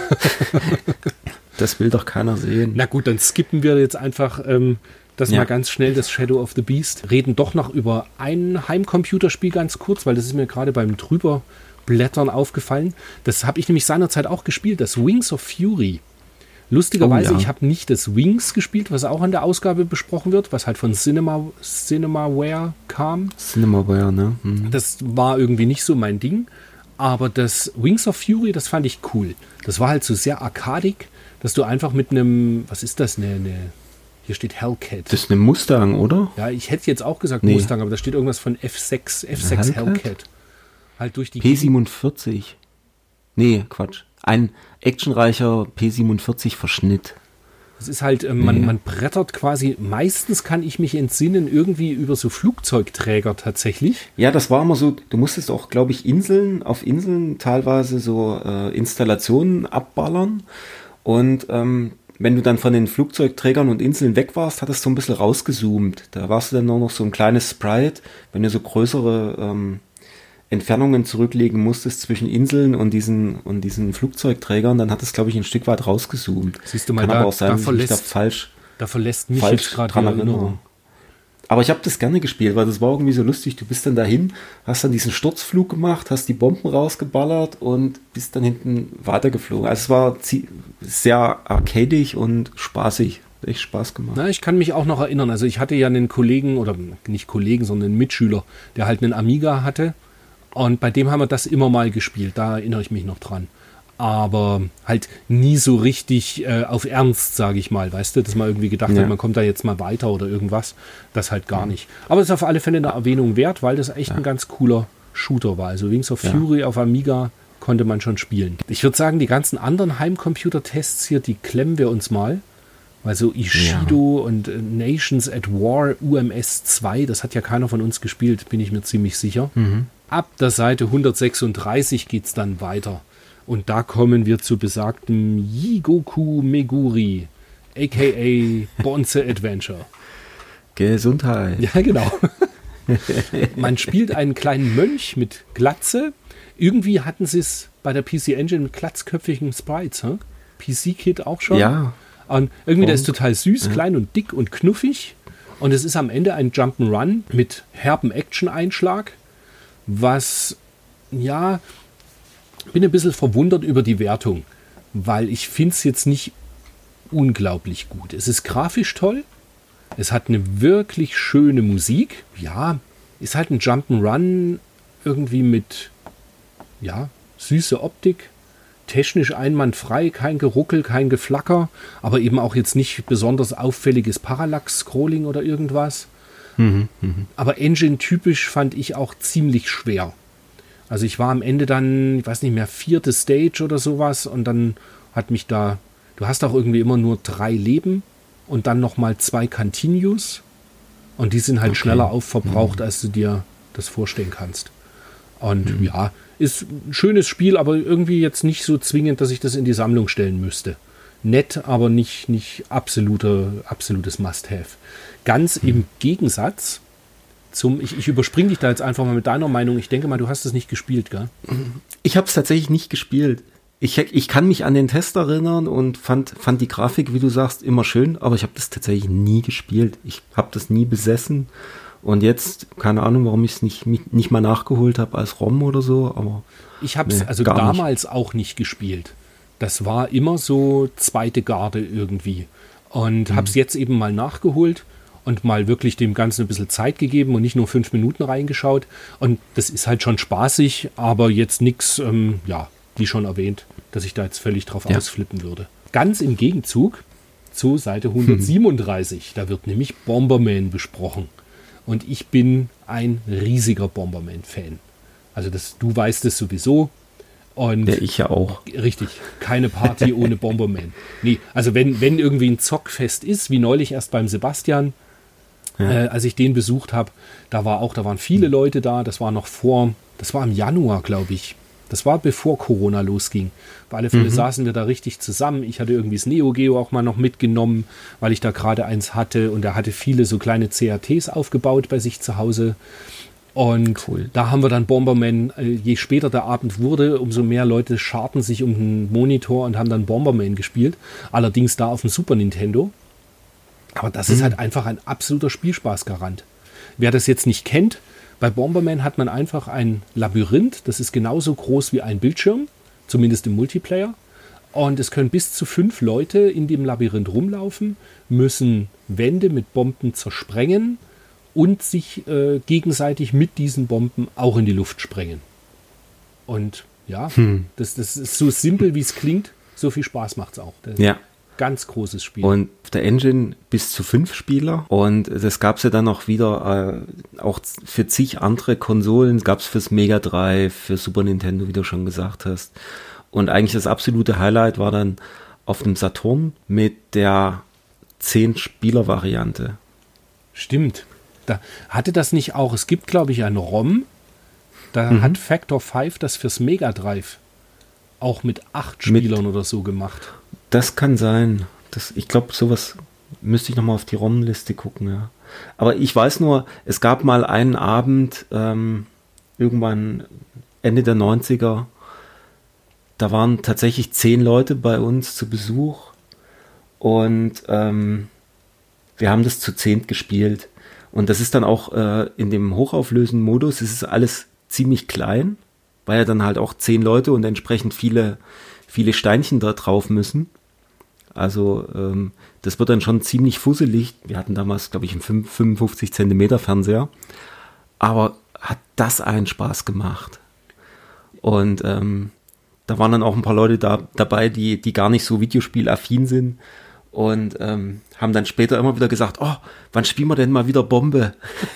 Das will doch keiner sehen. Na gut, dann skippen wir jetzt einfach ähm, das ja. mal ganz schnell, das Shadow of the Beast. Reden doch noch über ein Heimcomputerspiel ganz kurz, weil das ist mir gerade beim drüber Blättern aufgefallen. Das habe ich nämlich seinerzeit auch gespielt, das Wings of Fury. Lustigerweise, Oh, ja. ich habe nicht das Wings gespielt, was auch an der Ausgabe besprochen wird, was halt von Cinema, Cinemaware kam. Cinemaware, ne? Mhm. Das war irgendwie nicht so mein Ding. Aber das Wings of Fury, das fand ich cool. Das war halt so sehr arkadig, dass du einfach mit einem, was ist das, eine, eine hier steht Hellcat. Das ist eine Mustang, oder? Ja, ich hätte jetzt auch gesagt Nee. Mustang, aber da steht irgendwas von F sechs, F sechs Hellcat? Hellcat. Halt durch die P siebenundvierzig. Nee, Quatsch. Ein actionreicher P siebenundvierzig Verschnitt. Es ist halt, ähm, man, Nee. man brettert quasi, meistens kann ich mich entsinnen, irgendwie über so Flugzeugträger tatsächlich. Ja, das war immer so, du musstest auch, glaube ich, Inseln, auf Inseln teilweise so äh, Installationen abballern. Und ähm, wenn du dann von den Flugzeugträgern und Inseln weg warst, hat es so ein bisschen rausgezoomt. Da warst du dann nur noch so ein kleines Sprite. Wenn du so größere ähm, Entfernungen zurücklegen musstest zwischen Inseln und diesen, und diesen Flugzeugträgern, dann hat es, glaube ich, ein Stück weit rausgezoomt. Siehst du mal, Kann da, aber auch sein, da, dass ich mich da verlässt, falsch, da verlässt mich falsch jetzt gerade die dran Erinnerung. erinnere. Aber ich habe das gerne gespielt, weil das war irgendwie so lustig. Du bist dann dahin, hast dann diesen Sturzflug gemacht, hast die Bomben rausgeballert und bist dann hinten weitergeflogen. Also es war zie- sehr arcadig und spaßig. Hat echt Spaß gemacht. Na, ich kann mich auch noch erinnern. Also ich hatte ja einen Kollegen, oder nicht Kollegen, sondern einen Mitschüler, der halt einen Amiga hatte. Und bei dem haben wir das immer mal gespielt. Da erinnere ich mich noch dran. Aber halt nie so richtig äh, auf Ernst, sage ich mal. Weißt du, dass man irgendwie gedacht Ja. hat, man kommt da jetzt mal weiter oder irgendwas. Das halt gar nicht. Aber es ist auf alle Fälle eine Erwähnung wert, weil das echt ein ganz cooler Shooter war. Also Wings of Ja. Fury auf Amiga konnte man schon spielen. Ich würde sagen, die ganzen anderen Heimcomputer-Tests hier, die klemmen wir uns mal. Also Ishido und äh, Nations at War U M S zwei, das hat ja keiner von uns gespielt, bin ich mir ziemlich sicher. Ab der Seite hundertsechsunddreißig geht es dann weiter. Und da kommen wir zu besagtem Jigoku Meguri, aka Bonze Adventure. Gesundheit. Ja, genau. Man spielt einen kleinen Mönch mit Glatze. Irgendwie hatten sie es bei der P C Engine mit glatzköpfigen Sprites. Huh? P C-Kit auch schon. Ja. Und irgendwie, der Und? ist total süß, Ja. klein und dick und knuffig. Und es ist am Ende ein Jump'n'Run mit herben Action-Einschlag, was, ja, bin ein bisschen verwundert über die Wertung, weil ich finde es jetzt nicht unglaublich gut. Es ist grafisch toll, es hat eine wirklich schöne Musik, ja, ist halt ein Jump'n'Run irgendwie mit, ja, süße Optik, technisch einwandfrei, kein Geruckel, kein Geflacker, aber eben auch jetzt nicht besonders auffälliges Parallax-Scrolling oder irgendwas. Aber Engine-typisch fand ich auch ziemlich schwer. Also ich war am Ende dann, ich weiß nicht mehr, vierte Stage oder sowas und dann hat mich da, du hast auch irgendwie immer nur drei Leben und dann nochmal zwei Continues und die sind halt Okay. schneller aufverbraucht, als du dir das vorstellen kannst. Und ja, ist ein schönes Spiel, aber irgendwie jetzt nicht so zwingend, dass ich das in die Sammlung stellen müsste. Nett, aber nicht, nicht absolute, absolutes Must-Have. Ganz im Gegensatz zum, ich, ich überspringe dich da jetzt einfach mal mit deiner Meinung. Ich denke mal, du hast es nicht gespielt, gell? Ich habe es tatsächlich nicht gespielt. Ich, ich kann mich an den Test erinnern und fand, fand die Grafik, wie du sagst, immer schön, aber ich habe das tatsächlich nie gespielt. Ich habe das nie besessen. Und jetzt, keine Ahnung, warum ich es nicht, nicht mal nachgeholt habe als ROM oder so, aber Ich habe es Nee, also gar nicht. damals auch nicht gespielt. Das war immer so zweite Garde irgendwie. Und habe es jetzt eben mal nachgeholt und mal wirklich dem Ganzen ein bisschen Zeit gegeben und nicht nur fünf Minuten reingeschaut. Und das ist halt schon spaßig, aber jetzt nichts, ähm, ja, wie schon erwähnt, dass ich da jetzt völlig drauf Ja. ausflippen würde. Ganz im Gegenzug zu Seite hundertsiebenunddreißig. Da wird nämlich Bomberman besprochen. Und ich bin ein riesiger Bomberman-Fan. Also das, du weißt es sowieso. Und ja, ich ja auch. richtig, keine Party ohne Bomberman. Nee, also wenn, wenn irgendwie ein Zockfest ist, wie neulich erst beim Sebastian, Ja. äh, als ich den besucht habe, da war auch, da waren viele Leute da, das war noch vor, das war im Januar, glaube ich. Das war bevor Corona losging. Auf alle Fälle saßen wir da richtig zusammen. Ich hatte irgendwie das Neo Geo auch mal noch mitgenommen, weil ich da gerade eins hatte. Und er hatte viele so kleine C A Ts aufgebaut bei sich zu Hause. Und Cool. da haben wir dann Bomberman, äh, je später der Abend wurde, umso mehr Leute scharten sich um den Monitor und haben dann Bomberman gespielt. Allerdings da auf dem Super Nintendo. Aber das ist halt einfach ein absoluter Spielspaßgarant. Wer das jetzt nicht kennt, bei Bomberman hat man einfach ein Labyrinth, das ist genauso groß wie ein Bildschirm, zumindest im Multiplayer. Und es können bis zu fünf Leute in dem Labyrinth rumlaufen, müssen Wände mit Bomben zersprengen und sich äh, gegenseitig mit diesen Bomben auch in die Luft sprengen. Und ja, hm. das, das ist so simpel, wie es klingt. So viel Spaß macht es auch. Das ja. Ganz großes Spiel. Und auf der Engine bis zu fünf Spieler. Und das gab es ja dann auch wieder, äh, auch für zig andere Konsolen. Gab es fürs Mega Drive, für Super Nintendo, wie du schon gesagt hast. Und eigentlich das absolute Highlight war dann auf dem Saturn mit der zehn-Spieler-Variante. Stimmt. Da hatte das nicht auch, es gibt, glaube ich, ein ROM, da mhm. hat Factor fünf das fürs Mega Drive auch mit acht Spielern mit, oder so gemacht. Das kann sein. Das, ich glaube, sowas müsste ich nochmal auf die ROM-Liste gucken, ja. Aber ich weiß nur, es gab mal einen Abend, ähm, irgendwann Ende der neunziger, da waren tatsächlich zehn Leute bei uns zu Besuch und ähm, wir haben das zu zehnt gespielt. Und das ist dann auch äh, in dem hochauflösenden Modus, es ist alles ziemlich klein, weil ja dann halt auch zehn Leute und entsprechend viele, viele Steinchen da drauf müssen. Also ähm, das wird dann schon ziemlich fusselig. Wir hatten damals, glaube ich, einen fünfundfünfzig Zentimeter Fernseher. Aber hat das einen Spaß gemacht. Und ähm, da waren dann auch ein paar Leute da, dabei, die, die gar nicht so videospielaffin sind. Und ähm, haben dann später immer wieder gesagt, oh, wann spielen wir denn mal wieder Bombe?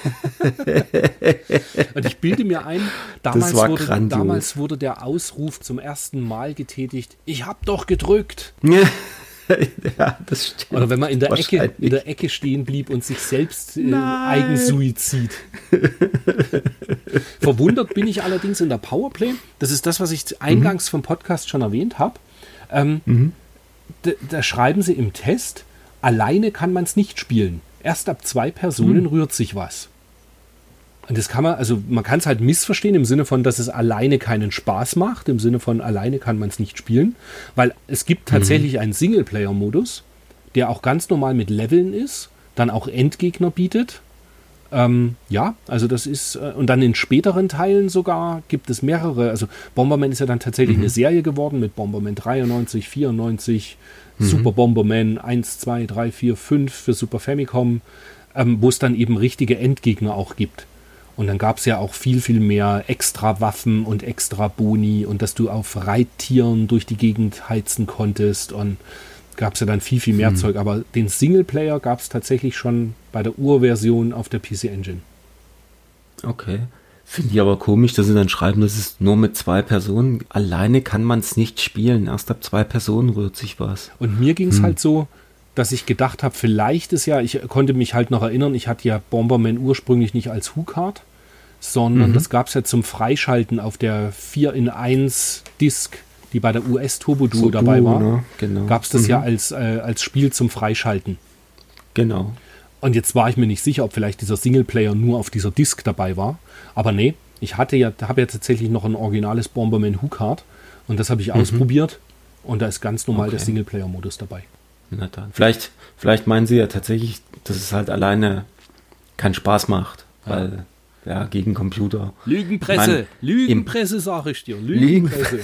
Und ich bilde mir ein, damals wurde, damals wurde der Ausruf zum ersten Mal getätigt, ich hab doch gedrückt. Ja, das stimmt. Oder wenn man in der Ecke, in der Ecke stehen blieb und sich selbst äh, Eigensuizid. Verwundert bin ich allerdings in der Powerplay, das ist das, was ich eingangs mhm. vom Podcast schon erwähnt habe, ähm, mhm. Da, da schreiben sie im Test, alleine kann man es nicht spielen. Erst ab zwei Personen hm. rührt sich was. Und das kann man, also man kann es halt missverstehen im Sinne von, dass es alleine keinen Spaß macht, im Sinne von alleine kann man es nicht spielen, weil es gibt tatsächlich hm. einen Singleplayer-Modus, der auch ganz normal mit Leveln ist, dann auch Endgegner bietet. Ähm, ja, also das ist, äh, und dann in späteren Teilen sogar gibt es mehrere, also Bomberman ist ja dann tatsächlich mhm. eine Serie geworden mit Bomberman dreiundneunzig, vierundneunzig, mhm. Super Bomberman eins, zwei, drei, vier, fünf für Super Famicom, ähm, wo es dann eben richtige Endgegner auch gibt. Und dann gab es ja auch viel, viel mehr extra Waffen und extra Boni und dass du auf Reittieren durch die Gegend heizen konntest und gab es ja dann viel, viel mehr hm. Zeug. Aber den Singleplayer gab es tatsächlich schon bei der Urversion auf der P C Engine. Okay. Finde ich aber komisch, dass sie dann schreiben, das ist nur mit zwei Personen. Alleine kann man es nicht spielen. Erst ab zwei Personen rührt sich was. Und mir ging es hm. halt so, dass ich gedacht habe, vielleicht ist ja, ich konnte mich halt noch erinnern, ich hatte ja Bomberman ursprünglich nicht als Hu-Card, sondern mhm. das gab es ja zum Freischalten auf der vier in eins Disc, die bei der U S Turbo Duo so dabei Duo, war, ne? Genau. Gab es das mhm. ja als, äh, als Spiel zum Freischalten. Genau. Und jetzt war ich mir nicht sicher, ob vielleicht dieser Singleplayer nur auf dieser Disc dabei war. Aber nee, ich hatte ja, habe ja tatsächlich noch ein originales Bomberman Hu-Card und das habe ich mhm. ausprobiert und da ist ganz normal okay. der Singleplayer-Modus dabei. Na dann. Vielleicht, vielleicht meinen sie ja tatsächlich, dass es halt alleine keinen Spaß macht, weil ja, gegen Computer. Lügenpresse, ich mein, Lügenpresse, sage ich dir. Lügenpresse.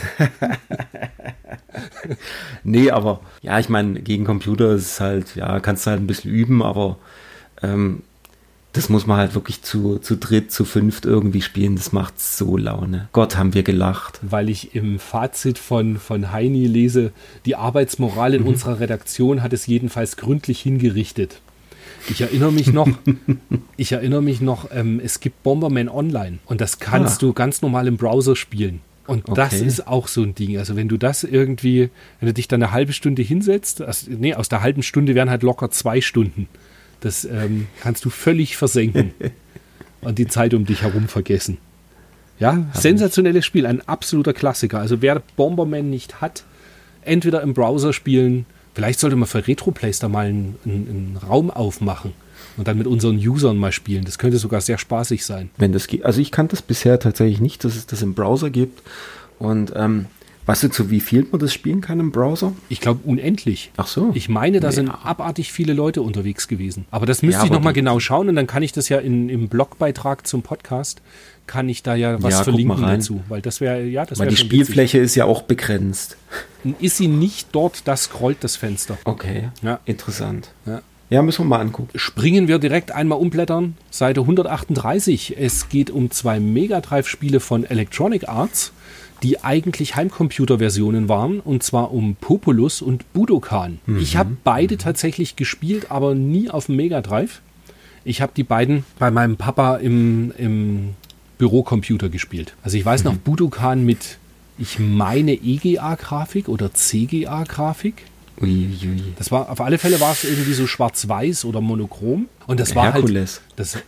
Nee, aber ja, ich meine, gegen Computer ist es halt, ja, kannst du halt ein bisschen üben, aber ähm, das muss man halt wirklich zu, zu dritt, zu fünft irgendwie spielen. Das macht so Laune. Gott, haben wir gelacht. Weil ich im Fazit von, von Heini lese, die Arbeitsmoral in mhm. unserer Redaktion hat es jedenfalls gründlich hingerichtet. Ich erinnere mich noch, ich erinnere mich noch, ähm, es gibt Bomberman Online und das kannst ah. du ganz normal im Browser spielen. Und okay. das ist auch so ein Ding. Also wenn du das irgendwie, wenn du dich dann eine halbe Stunde hinsetzt, also, nee, aus der halben Stunde wären halt locker zwei Stunden. Das ähm, kannst du völlig versenken und die Zeit um dich herum vergessen. Ja, Hab sensationelles ich. Spiel, ein absoluter Klassiker. Also wer Bomberman nicht hat, entweder im Browser spielen. Vielleicht sollte man für Retroplays da mal einen, einen, einen Raum aufmachen und dann mit unseren Usern mal spielen. Das könnte sogar sehr spaßig sein. Wenn das geht. Also ich kannte das bisher tatsächlich nicht, dass es das im Browser gibt. Und ähm, Weißt du, zu wie viel man das spielen kann im Browser? Ich glaube unendlich. Ach so. Ich meine, da Ja. sind abartig viele Leute unterwegs gewesen. Aber das müsste Ja, ich aber nochmal die- genau schauen und dann kann ich das ja in, im Blogbeitrag zum Podcast, kann ich da ja was Ja, guck verlinken mal rein. dazu. Weil das wäre, ja, das Weil wäre die schon Spielfläche ist ja auch begrenzt. witzig. Ist sie nicht dort, das scrollt das Fenster. Okay, Ja. interessant. Ja. Ja, müssen wir mal angucken. Springen wir direkt einmal umblättern. Seite hundertachtunddreißig. Es geht um zwei Mega Drive-Spiele von Electronic Arts, die eigentlich Heimcomputer-Versionen waren, und zwar um Populous und Budokan. Mhm. Ich habe beide tatsächlich gespielt, aber nie auf dem Mega Drive. Ich habe die beiden bei meinem Papa im, im Bürocomputer gespielt. Also ich weiß noch, Mhm. Budokan mit, ich meine, E G A-Grafik oder C G A-Grafik. Uiuiui. Das war, auf alle Fälle war es irgendwie so schwarz-weiß oder monochrom. Und das war Herkules. halt, das,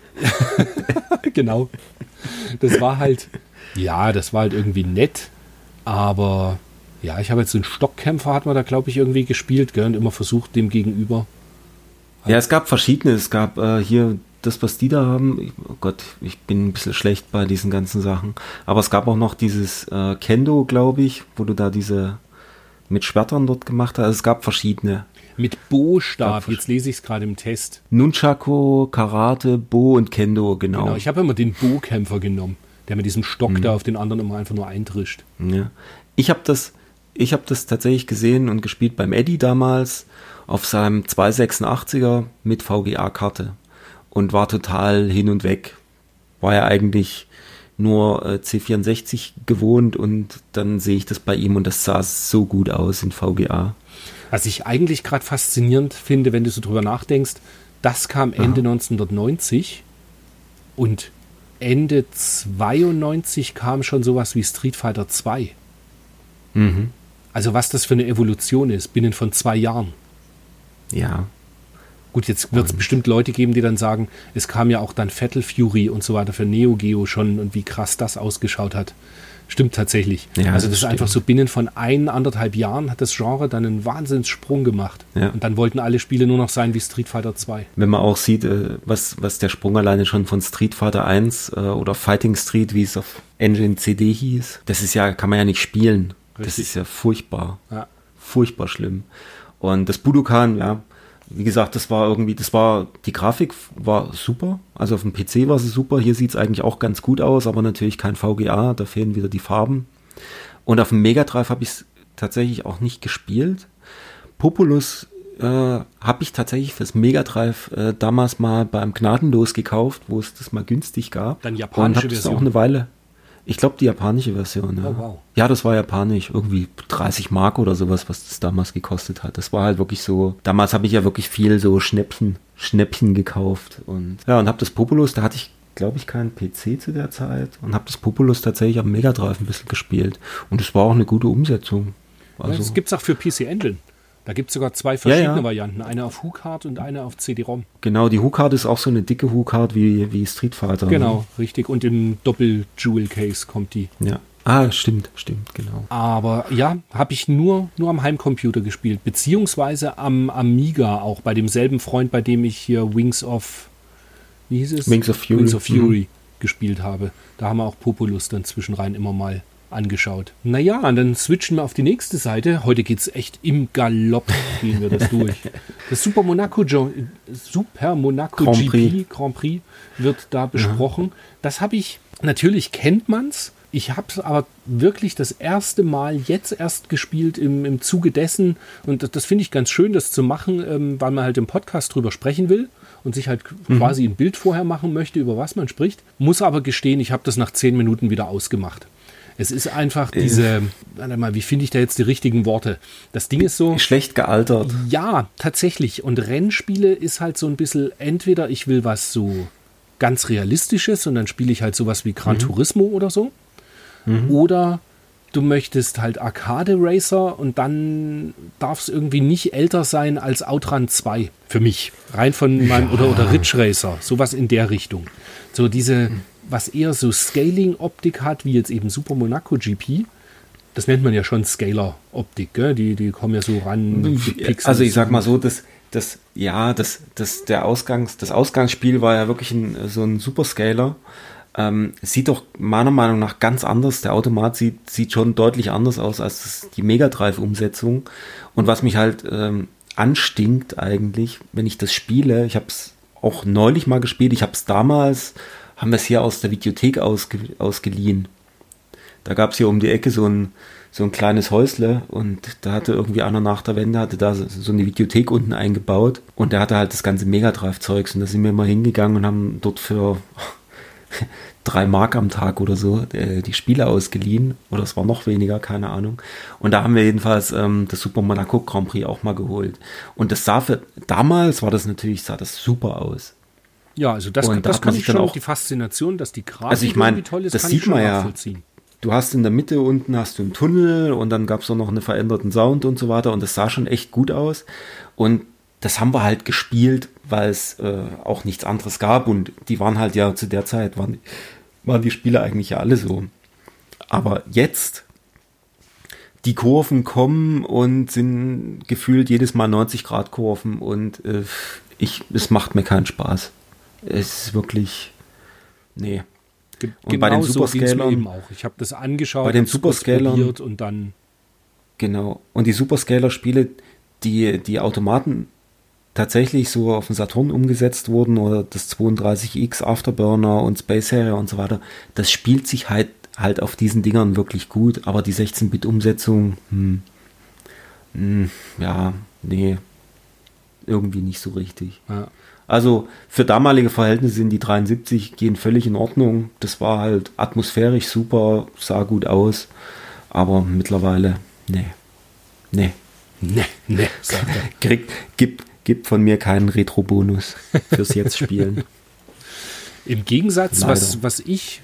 genau. Das war halt, ja, das war halt irgendwie nett. Aber, ja, ich habe jetzt so einen Stockkämpfer, hat man da, glaube ich, irgendwie gespielt, gell, und immer versucht, dem gegenüber. Ja, es gab verschiedene. Es gab äh, hier das, was die da haben. Ich, oh Gott, ich bin ein bisschen schlecht bei diesen ganzen Sachen. Aber es gab auch noch dieses äh, Kendo, glaube ich, wo du da diese mit Schwertern dort gemacht hast. Also es gab verschiedene. Mit Bo-Stab, Ja, jetzt lese ich es gerade im Test. Nunchaku, Karate, Bo und Kendo, genau. Genau, ich habe immer den Bo-Kämpfer genommen, der mit diesem Stock Mhm. da auf den anderen immer einfach nur eintrischt. Ja. Ich habe das, ich habe das tatsächlich gesehen und gespielt beim Eddie damals auf seinem zweihundertsechsundachtziger mit V G A-Karte und war total hin und weg. War ja eigentlich nur äh, C vierundsechzig gewohnt und dann sehe ich das bei ihm und das sah so gut aus in V G A. Was ich eigentlich gerade faszinierend finde, wenn du so drüber nachdenkst, das kam Ende neunzehnhundertneunzig und Ende zweiundneunzig kam schon sowas wie Street Fighter zwei. Mhm. Also was das für eine Evolution ist, binnen von zwei Jahren. Ja. Gut, jetzt wird es bestimmt Leute geben, die dann sagen, es kam ja auch dann Fatal Fury und so weiter für Neo Geo schon und wie krass das ausgeschaut hat. Stimmt tatsächlich. Ja, also das das ist stimmt. einfach so, binnen von ein, anderthalb Jahren hat das Genre dann einen Wahnsinnssprung gemacht. Ja. Und dann wollten alle Spiele nur noch sein wie Street Fighter zwei. Wenn man auch sieht, äh, was, was der Sprung alleine schon von Street Fighter eins äh, oder Fighting Street, wie es auf Engine C D hieß, das ist ja, kann man ja nicht spielen. Das Richtig. ist ja furchtbar. Ja. Furchtbar schlimm. Und das Budokan, ja, wie gesagt, das war irgendwie, das war, die Grafik war super. Also auf dem P C war sie super. Hier sieht es eigentlich auch ganz gut aus, aber natürlich kein V G A, da fehlen wieder die Farben. Und auf dem Mega Drive habe ich es tatsächlich auch nicht gespielt. Populous äh, habe ich tatsächlich fürs Mega Drive äh, damals mal beim Gnadenlos gekauft, wo es das mal günstig gab. Dann Und japanische habe das Version. auch eine Weile. Ich glaube, die japanische Version. Ja. Oh, wow. Ja, das war japanisch. Irgendwie dreißig Mark oder sowas, was das damals gekostet hat. Das war halt wirklich so. Damals habe ich ja wirklich viel so Schnäppchen, Schnäppchen gekauft. Und ja, und habe das Populous, da hatte ich, glaube ich, keinen P C zu der Zeit. Und habe das Populous tatsächlich am Mega Drive ein bisschen gespielt. Und es war auch eine gute Umsetzung. Also, Also, das gibt es auch für P C Engine. Da gibt es sogar zwei verschiedene ja. Varianten. Eine auf HuCard und eine auf C D-ROM. genau, die HuCard ist auch so eine dicke HuCard wie, wie Street Fighter. Genau, richtig. Und im Doppel-Jewel-Case kommt die. Ne? Ja. Ah, stimmt, stimmt, genau. Aber ja, habe ich nur, nur am Heimcomputer gespielt. Beziehungsweise am Amiga, auch bei demselben Freund, bei dem ich hier Wings of, wie hieß es? Wings of Fury. Wings of Fury gespielt habe. Da haben wir auch Populous dann zwischenrein immer mal angeschaut. Naja, und dann switchen wir auf die nächste Seite. Heute geht es echt im Galopp, gehen wir das durch. Das Super Monaco, jo- Super Monaco Grand G P Prix. Grand Prix wird da besprochen. Das habe ich, natürlich kennt man's. Ich habe es aber wirklich das erste Mal jetzt erst gespielt im, im Zuge dessen. Und das, das finde ich ganz schön, das zu machen, ähm, weil man halt im Podcast drüber sprechen will und sich halt Mhm. quasi ein Bild vorher machen möchte, über was man spricht. Muss aber gestehen, ich habe das nach zehn Minuten wieder ausgemacht. Es ist einfach diese, warte mal, wie finde ich da jetzt die richtigen Worte? Das Ding ist so, Schlecht gealtert. ja, tatsächlich. Und Rennspiele ist halt so ein bisschen, entweder ich will was so ganz Realistisches und dann spiele ich halt sowas wie Gran Turismo oder so. Oder du möchtest halt Arcade Racer und dann darf es irgendwie nicht älter sein als Outrun zwei. Für mich. Rein von meinem, oder, oder Ridge Racer. Sowas in der Richtung. So diese, was eher so Scaling-Optik hat, wie jetzt eben Super Monaco G P. Das nennt man ja schon Scaler-Optik, gell? Die, die kommen ja so ran. mit Pixels. Also ich sag mal so, das, das, ja, das, das, der Ausgangs, das Ausgangsspiel war ja wirklich ein, so ein Superscaler. ähm, sieht doch meiner Meinung nach ganz anders. Der Automat sieht, sieht schon deutlich anders aus als das, die Mega Drive-Umsetzung. Und was mich halt ähm, anstinkt eigentlich, wenn ich das spiele, ich habe es auch neulich mal gespielt, ich habe es damals, haben wir es hier aus der Videothek ausge, ausgeliehen. Da gab es hier um die Ecke so ein, so ein kleines Häusle und da hatte irgendwie einer nach der Wende, hatte da so, so eine Videothek unten eingebaut und der hatte halt das ganze Mega Drive-Zeugs und da sind wir mal hingegangen und haben dort für drei Mark am Tag oder so äh, die Spiele ausgeliehen oder es war noch weniger, keine Ahnung. Und da haben wir jedenfalls ähm, das Super Monaco Grand Prix auch mal geholt. Und das sah für, damals war das natürlich, sah das super aus. Ja, also das, Und das da kann ich schon, auch, die Faszination, dass die Grafik also ich mein, irgendwie toll ist, das kann sieht ich schon man ja. nachvollziehen. Du hast in der Mitte unten hast du einen Tunnel und dann gab es auch noch einen veränderten Sound und so weiter und das sah schon echt gut aus. Und das haben wir halt gespielt, weil es äh, auch nichts anderes gab und die waren halt ja zu der Zeit, waren, waren die Spiele eigentlich ja alle so. Aber jetzt, die Kurven kommen und sind gefühlt jedes Mal neunzig Grad Kurven und äh, ich, es macht mir keinen Spaß. Es ist wirklich, nee. Ge- Und bei den genau so ging's mir Superscalern eben auch. Ich habe das angeschaut, bei den hab's kurz Superscalern- probiert und dann Genau. Und die Superscaler-Spiele, die, die Automaten tatsächlich so auf den Saturn umgesetzt wurden oder das zweiunddreißig X Afterburner und Space Harrier und so weiter, das spielt sich halt, halt auf diesen Dingern wirklich gut, aber die sechzehn-Bit-Umsetzung, hm, hm, ja, nee, irgendwie nicht so richtig. ja. Also für damalige Verhältnisse sind die dreiundsiebzig gehen völlig in Ordnung. Das war halt atmosphärisch super, sah gut aus, aber mittlerweile, nee, nee. Ne, ne, sagt er. Krieg, gibt, gibt von mir keinen Retro-Bonus fürs jetzt spielen. Im Gegensatz, Leider. was, was ich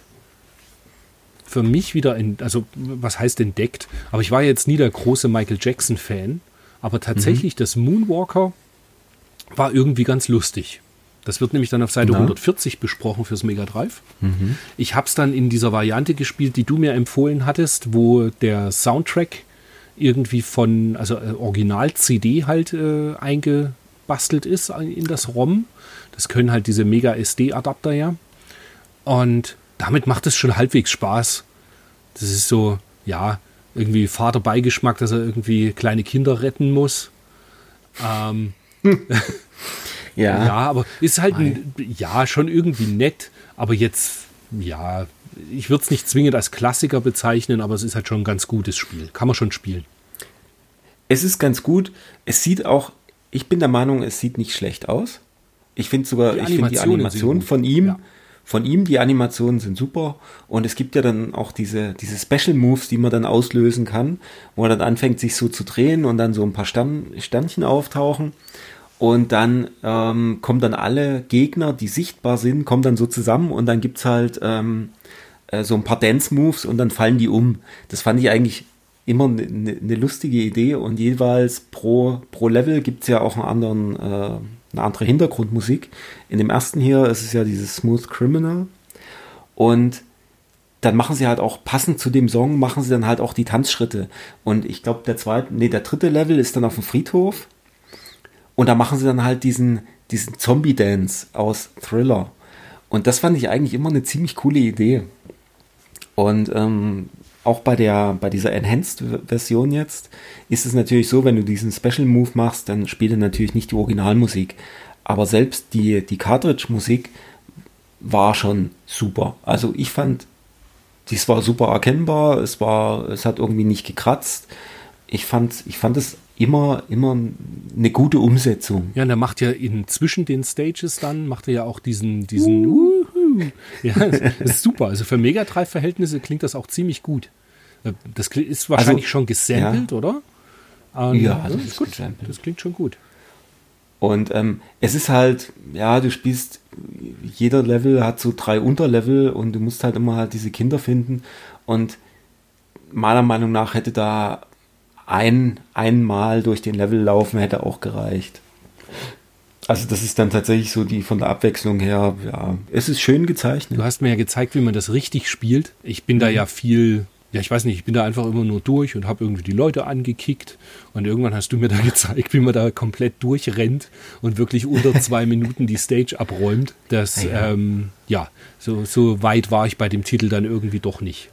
für mich wieder, in, also was heißt entdeckt, aber ich war jetzt nie der große Michael Jackson-Fan, aber tatsächlich Mhm. das Moonwalker war irgendwie ganz lustig. Das wird nämlich dann auf Seite Na? hundertvierzig besprochen fürs Mega Drive. Mhm. Ich habe es dann in dieser Variante gespielt, die du mir empfohlen hattest, wo der Soundtrack irgendwie von, also äh, Original-C D halt äh, eingebastelt ist in das ROM. Das können halt diese Mega-S D-Adapter ja. Und damit macht es schon halbwegs Spaß. Das ist so, ja, irgendwie Vaterbeigeschmack, dass er irgendwie kleine Kinder retten muss. Ähm, Ja, ja, aber ist halt, ein, ja, schon irgendwie nett, aber jetzt, ja, ich würde es nicht zwingend als Klassiker bezeichnen, aber es ist halt schon ein ganz gutes Spiel. Kann man schon spielen. es ist ganz gut. Es sieht auch, ich bin der Meinung, es sieht nicht schlecht aus. Ich finde sogar, Die ich finde die Animationen Animation sind gut. von ihm, Ja. von ihm, die Animationen sind super. Und es gibt ja dann auch diese, diese Special Moves, die man dann auslösen kann, wo er dann anfängt, sich so zu drehen und dann so ein paar Stern, Sternchen auftauchen. Und dann ähm, kommen dann alle Gegner, die sichtbar sind, kommen dann so zusammen und dann gibt's halt ähm, äh, so ein paar Dance-Moves und dann fallen die um. Das fand ich eigentlich immer eine ne, ne lustige Idee und jeweils pro, pro Level gibt's ja auch einen anderen, äh, eine andere Hintergrundmusik. In dem ersten hier ist es ja dieses Smooth Criminal und dann machen sie halt auch, passend zu dem Song, machen sie dann halt auch die Tanzschritte. Und ich glaube, der zweite, nee, der dritte Level ist dann auf dem Friedhof. Und da machen sie dann halt diesen, diesen Zombie-Dance aus Thriller. Und das fand ich eigentlich immer eine ziemlich coole Idee. Und ähm, auch bei der, bei dieser Enhanced-Version jetzt ist es natürlich so, wenn du diesen Special-Move machst, dann spielt er natürlich nicht die Originalmusik. Aber selbst die, die Cartridge-Musik war schon super. Also ich fand, dies war super erkennbar, es war, es hat irgendwie nicht gekratzt. Ich fand, ich fand es immer, immer eine gute Umsetzung. Ja, und er macht ja in zwischen den Stages dann, macht er ja auch diesen, diesen Uhu. Ja, das ist super. Also für Mega Drive-Verhältnisse klingt das auch ziemlich gut. Das ist wahrscheinlich Also, schon gesampelt, ja. oder? Und, Ja, das das ist ist gut. gesampelt. Das klingt schon gut. Und ähm, es ist halt, ja, du spielst, jeder Level hat so drei Unterlevel und du musst halt immer halt diese Kinder finden. Und meiner Meinung nach hätte da ein einmal durch den Level laufen, hätte auch gereicht. Also das ist dann tatsächlich so die von der Abwechslung her, ja, es ist schön gezeichnet. Du hast mir ja gezeigt, wie man das richtig spielt. Ich bin da ja viel Ja, ich weiß nicht, ich bin da einfach immer nur durch und habe irgendwie die Leute angekickt und irgendwann hast du mir da gezeigt, wie man da komplett durchrennt und wirklich unter zwei Minuten die Stage abräumt. Das, ja, ähm, ja so, so weit war ich bei dem Titel dann irgendwie doch nicht.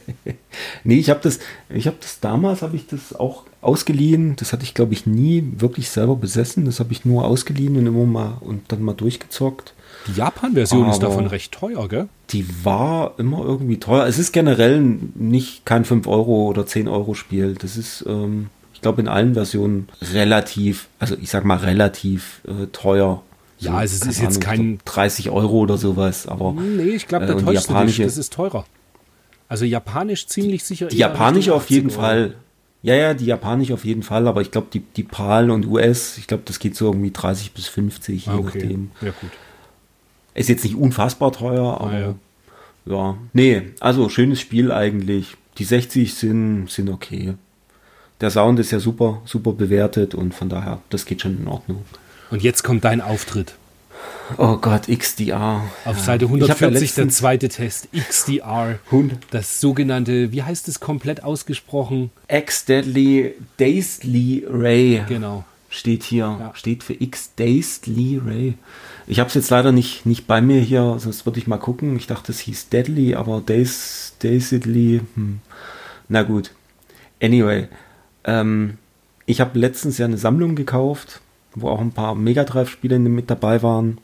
Nee, ich habe das, ich habe das damals, habe ich das auch ausgeliehen. Das hatte ich, glaube ich, nie wirklich selber besessen. Das habe ich nur ausgeliehen und immer mal und dann mal durchgezockt. Die Japan-Version ist davon recht teuer, gell? Die war immer irgendwie teuer. Es ist generell nicht kein fünf Euro oder zehn Euro Spiel. Das ist, ähm, ich glaube, in allen Versionen relativ, also ich sag mal relativ äh, teuer. So, ja, es ist, ist jetzt kein dreißig Euro oder sowas, aber nee, ich glaube, der äh, täuscht dich, das ist teurer. Also japanisch ziemlich sicher. Die japanische auf jeden Fall. Ja, ja, die japanische auf jeden Fall, aber ich glaube, die, die PAL und U S, ich glaube, das geht so irgendwie dreißig bis fünfzig, je okay. nachdem. Ja, gut. Ist jetzt nicht unfassbar teuer, aber ah, ja. ja. Nee, also schönes Spiel eigentlich. Die sechzig sind, sind okay. Der Sound ist ja super, super bewertet und von daher, das geht schon in Ordnung. Und jetzt kommt dein Auftritt. Oh Gott, X D R. Auf Seite hundertvierzig ja der zweite Test, X D R. Das sogenannte, wie heißt es komplett ausgesprochen? X-Deadly Dazedly Ray. Genau. Steht hier, ja. Steht für X-Dazedly Ray. Ich habe es jetzt leider nicht, nicht bei mir hier, sonst würde ich mal gucken. Ich dachte, es hieß Deadly, aber Daz, Dazedly, hm. Na gut. Anyway, ähm, ich habe letztens ja eine Sammlung gekauft, wo auch ein paar Mega Drive-Spiele mit dabei waren.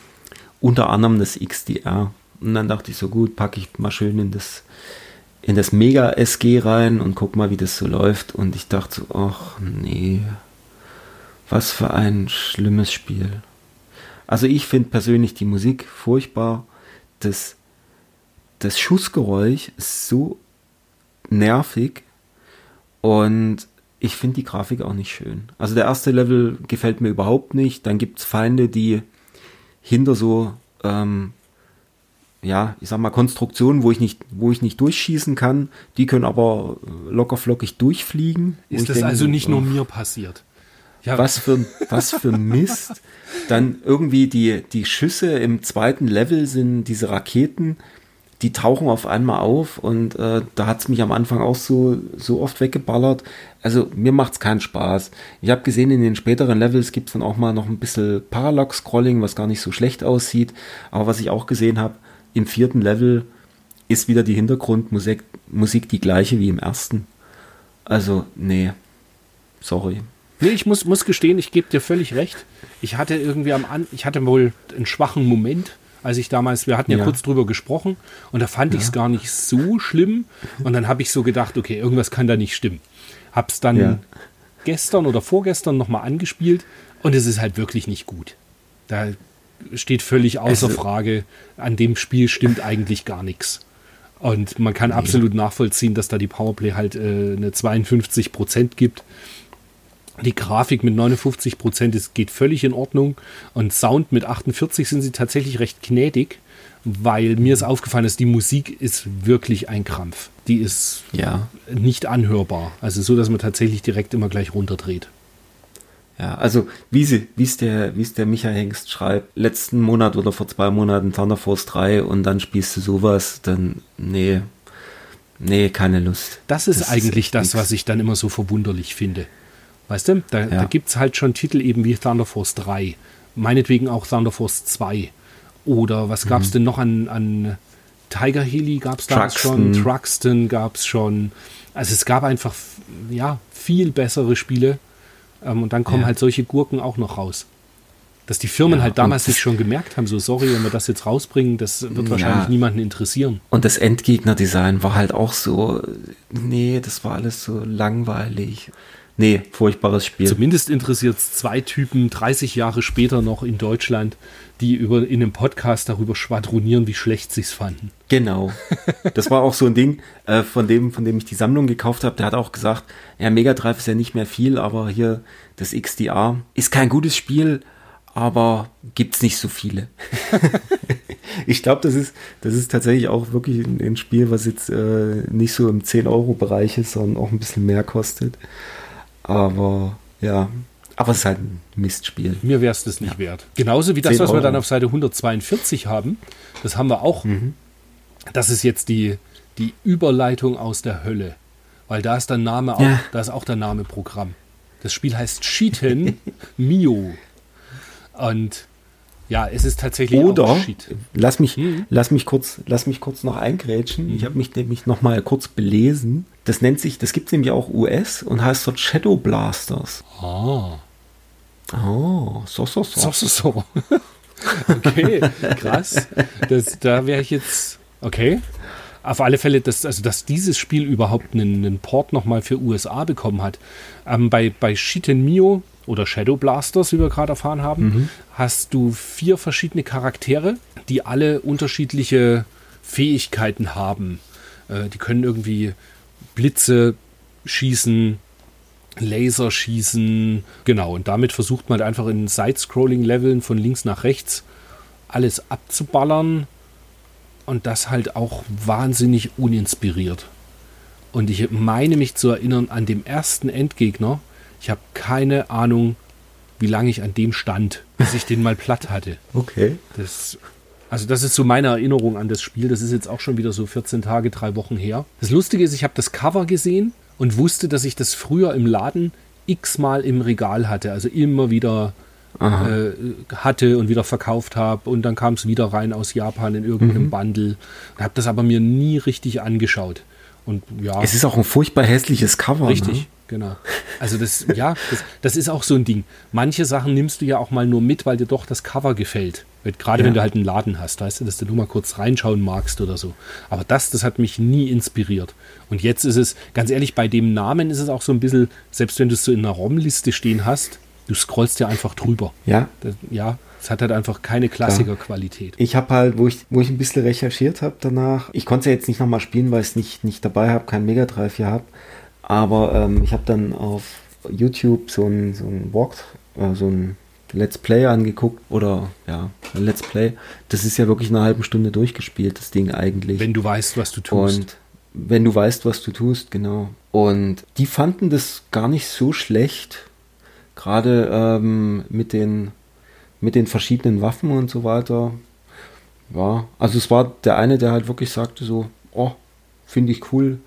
Unter anderem das X D R. Und dann dachte ich so, gut, packe ich mal schön in das, in das Mega S G rein und guck mal, wie das so läuft. Und ich dachte so, ach nee, was für ein schlimmes Spiel. Also ich finde persönlich die Musik furchtbar. Das, das Schussgeräusch ist so nervig und ich finde die Grafik auch nicht schön. Also der erste Level gefällt mir überhaupt nicht. Dann gibt es Feinde, die hinter so, ähm, ja, ich sag mal, Konstruktionen, wo ich nicht, wo ich nicht durchschießen kann. Die können aber locker flockig durchfliegen. Ist das denke, also nicht oh, nur mir passiert? Ja. Was für, was für Mist. Dann irgendwie die, die Schüsse im zweiten Level sind diese Raketen, die tauchen auf einmal auf und äh, da hat es mich am Anfang auch so, so oft weggeballert. Also mir macht es keinen Spaß. Ich habe gesehen, in den späteren Levels gibt es dann auch mal noch ein bisschen Parallax-Scrolling, was gar nicht so schlecht aussieht. Aber was ich auch gesehen habe, im vierten Level ist wieder die Hintergrundmusik Musik die gleiche wie im ersten. Also, nee, sorry. Nee, ich muss, muss gestehen, ich gebe dir völlig recht. Ich hatte irgendwie am An ich hatte wohl einen schwachen Moment, als ich damals, wir hatten ja, ja. kurz drüber gesprochen und da fand ja. ich es gar nicht so schlimm und dann habe ich so gedacht, okay, irgendwas kann da nicht stimmen. Hab's dann ja. gestern oder vorgestern nochmal angespielt und es ist halt wirklich nicht gut. Da steht völlig außer also, Frage, an dem Spiel stimmt eigentlich gar nichts. Und man kann nee. absolut nachvollziehen, dass da die Powerplay halt äh, eine zweiundfünfzig Prozent gibt. Die Grafik mit neunundfünfzig Prozent ist, geht völlig in Ordnung und Sound mit achtundvierzig sind sie tatsächlich recht gnädig, weil mir ist aufgefallen, dass die Musik ist wirklich ein Krampf. Die ist ja. nicht anhörbar, also so, dass man tatsächlich direkt immer gleich runterdreht. Ja, also wie sie, wie es der, wie es der Micha Hengst schreibt, letzten Monat oder vor zwei Monaten Thunder Force drei und dann spielst du sowas, dann nee, nee, keine Lust. Das ist das eigentlich ist das, nix. Was ich dann immer so verwunderlich finde. Weißt du, da, ja. da gibt es halt schon Titel eben wie Thunder Force drei, meinetwegen auch Thunder Force zwei. Oder was gab es mhm. denn noch an, an Tiger Heli gab es da schon, Truxton gab es schon. Also es gab einfach ja viel bessere Spiele. Ähm, und dann kommen ja. halt solche Gurken auch noch raus. Dass die Firmen ja, halt damals sich schon gemerkt haben, so sorry, wenn wir das jetzt rausbringen, das wird wahrscheinlich ja. niemanden interessieren. Und das Endgegner-Design war halt auch so, nee, das war alles so langweilig. Nee, furchtbares Spiel. Zumindest interessiert es zwei Typen dreißig Jahre später noch in Deutschland, die über, in einem Podcast darüber schwadronieren, wie schlecht sie es fanden. Genau. Das war auch so ein Ding, äh, von dem, von dem ich die Sammlung gekauft habe. Der hat auch gesagt, ja, Mega Drive ist ja nicht mehr viel, aber hier das X D R ist kein gutes Spiel, aber gibt's nicht so viele. Ich glaube, das ist, das ist tatsächlich auch wirklich ein, ein Spiel, was jetzt äh, nicht so im zehn Euro Bereich ist, sondern auch ein bisschen mehr kostet. Aber ja, aber es ist halt ein Mistspiel. Mir wäre es das nicht ja. wert. Genauso wie das, was wir dann auf Seite hundertzweiundvierzig haben. Das haben wir auch. Mhm. Das ist jetzt die, die Überleitung aus der Hölle. Weil da ist der Name auch, ja. da ist auch der Name Programm. Das Spiel heißt Shiten Mio. Und ja, es ist tatsächlich Oder, auch Shit. Lass mich, hm. lass mich kurz, lass mich kurz noch eingrätschen. Hm. Ich habe mich nämlich noch mal kurz belesen. Das nennt sich, das gibt es nämlich auch U S und heißt dort Shadow Blasters. Ah. Oh, so, so, so. So, so, so. Okay, krass. Das, da wäre ich jetzt, okay. Auf alle Fälle, dass, also, dass dieses Spiel überhaupt einen, einen Port nochmal für U S A bekommen hat. Ähm, bei, bei Shiten Mio oder Shadow Blasters, wie wir gerade erfahren haben, mhm. hast du vier verschiedene Charaktere, die alle unterschiedliche Fähigkeiten haben. Äh, die können irgendwie Blitze schießen, Laser schießen, genau. Und damit versucht man halt einfach in Side-Scrolling-Leveln von links nach rechts alles abzuballern und das halt auch wahnsinnig uninspiriert. Und ich meine mich zu erinnern an dem ersten Endgegner. Ich habe keine Ahnung, wie lange ich an dem stand, bis ich den mal platt hatte. Okay. Das, also das ist so meine Erinnerung an das Spiel. Das ist jetzt auch schon wieder so vierzehn Tage, drei Wochen her. Das Lustige ist, ich habe das Cover gesehen und wusste, dass ich das früher im Laden x-mal im Regal hatte. Also immer wieder äh, hatte und wieder verkauft habe. Und dann kam es wieder rein aus Japan in irgendeinem mhm. Bundle. Habe das aber mir nie richtig angeschaut. Und ja. Es ist auch ein furchtbar hässliches Cover. Richtig. Ne? Genau. Also das, ja, das, das ist auch so ein Ding. Manche Sachen nimmst du ja auch mal nur mit, weil dir doch das Cover gefällt. Gerade ja. wenn du halt einen Laden hast, weißt du, dass du nur mal kurz reinschauen magst oder so. Aber das, das hat mich nie inspiriert. Und jetzt ist es, ganz ehrlich, bei dem Namen ist es auch so ein bisschen, selbst wenn du es so in einer ROM-Liste stehen hast, du scrollst ja einfach drüber. Ja. Das, ja, es hat halt einfach keine Klassiker-Qualität. Ich habe halt, wo ich, wo ich ein bisschen recherchiert habe danach, ich konnte es ja jetzt nicht nochmal spielen, weil ich es nicht, nicht dabei habe, kein Mega Drive hier habe. Aber ähm, ich habe dann auf YouTube so ein, so ein Walk, äh, so ein Let's Play angeguckt. Oder ja, ein Let's Play. Das ist ja wirklich eine halbe Stunde durchgespielt, das Ding eigentlich. Wenn du weißt, was du tust. Und wenn du weißt, was du tust, genau. Und die fanden das gar nicht so schlecht. Gerade ähm, mit den, mit den verschiedenen Waffen und so weiter. Ja, also es war der eine, der halt wirklich sagte so, oh, finde ich cool.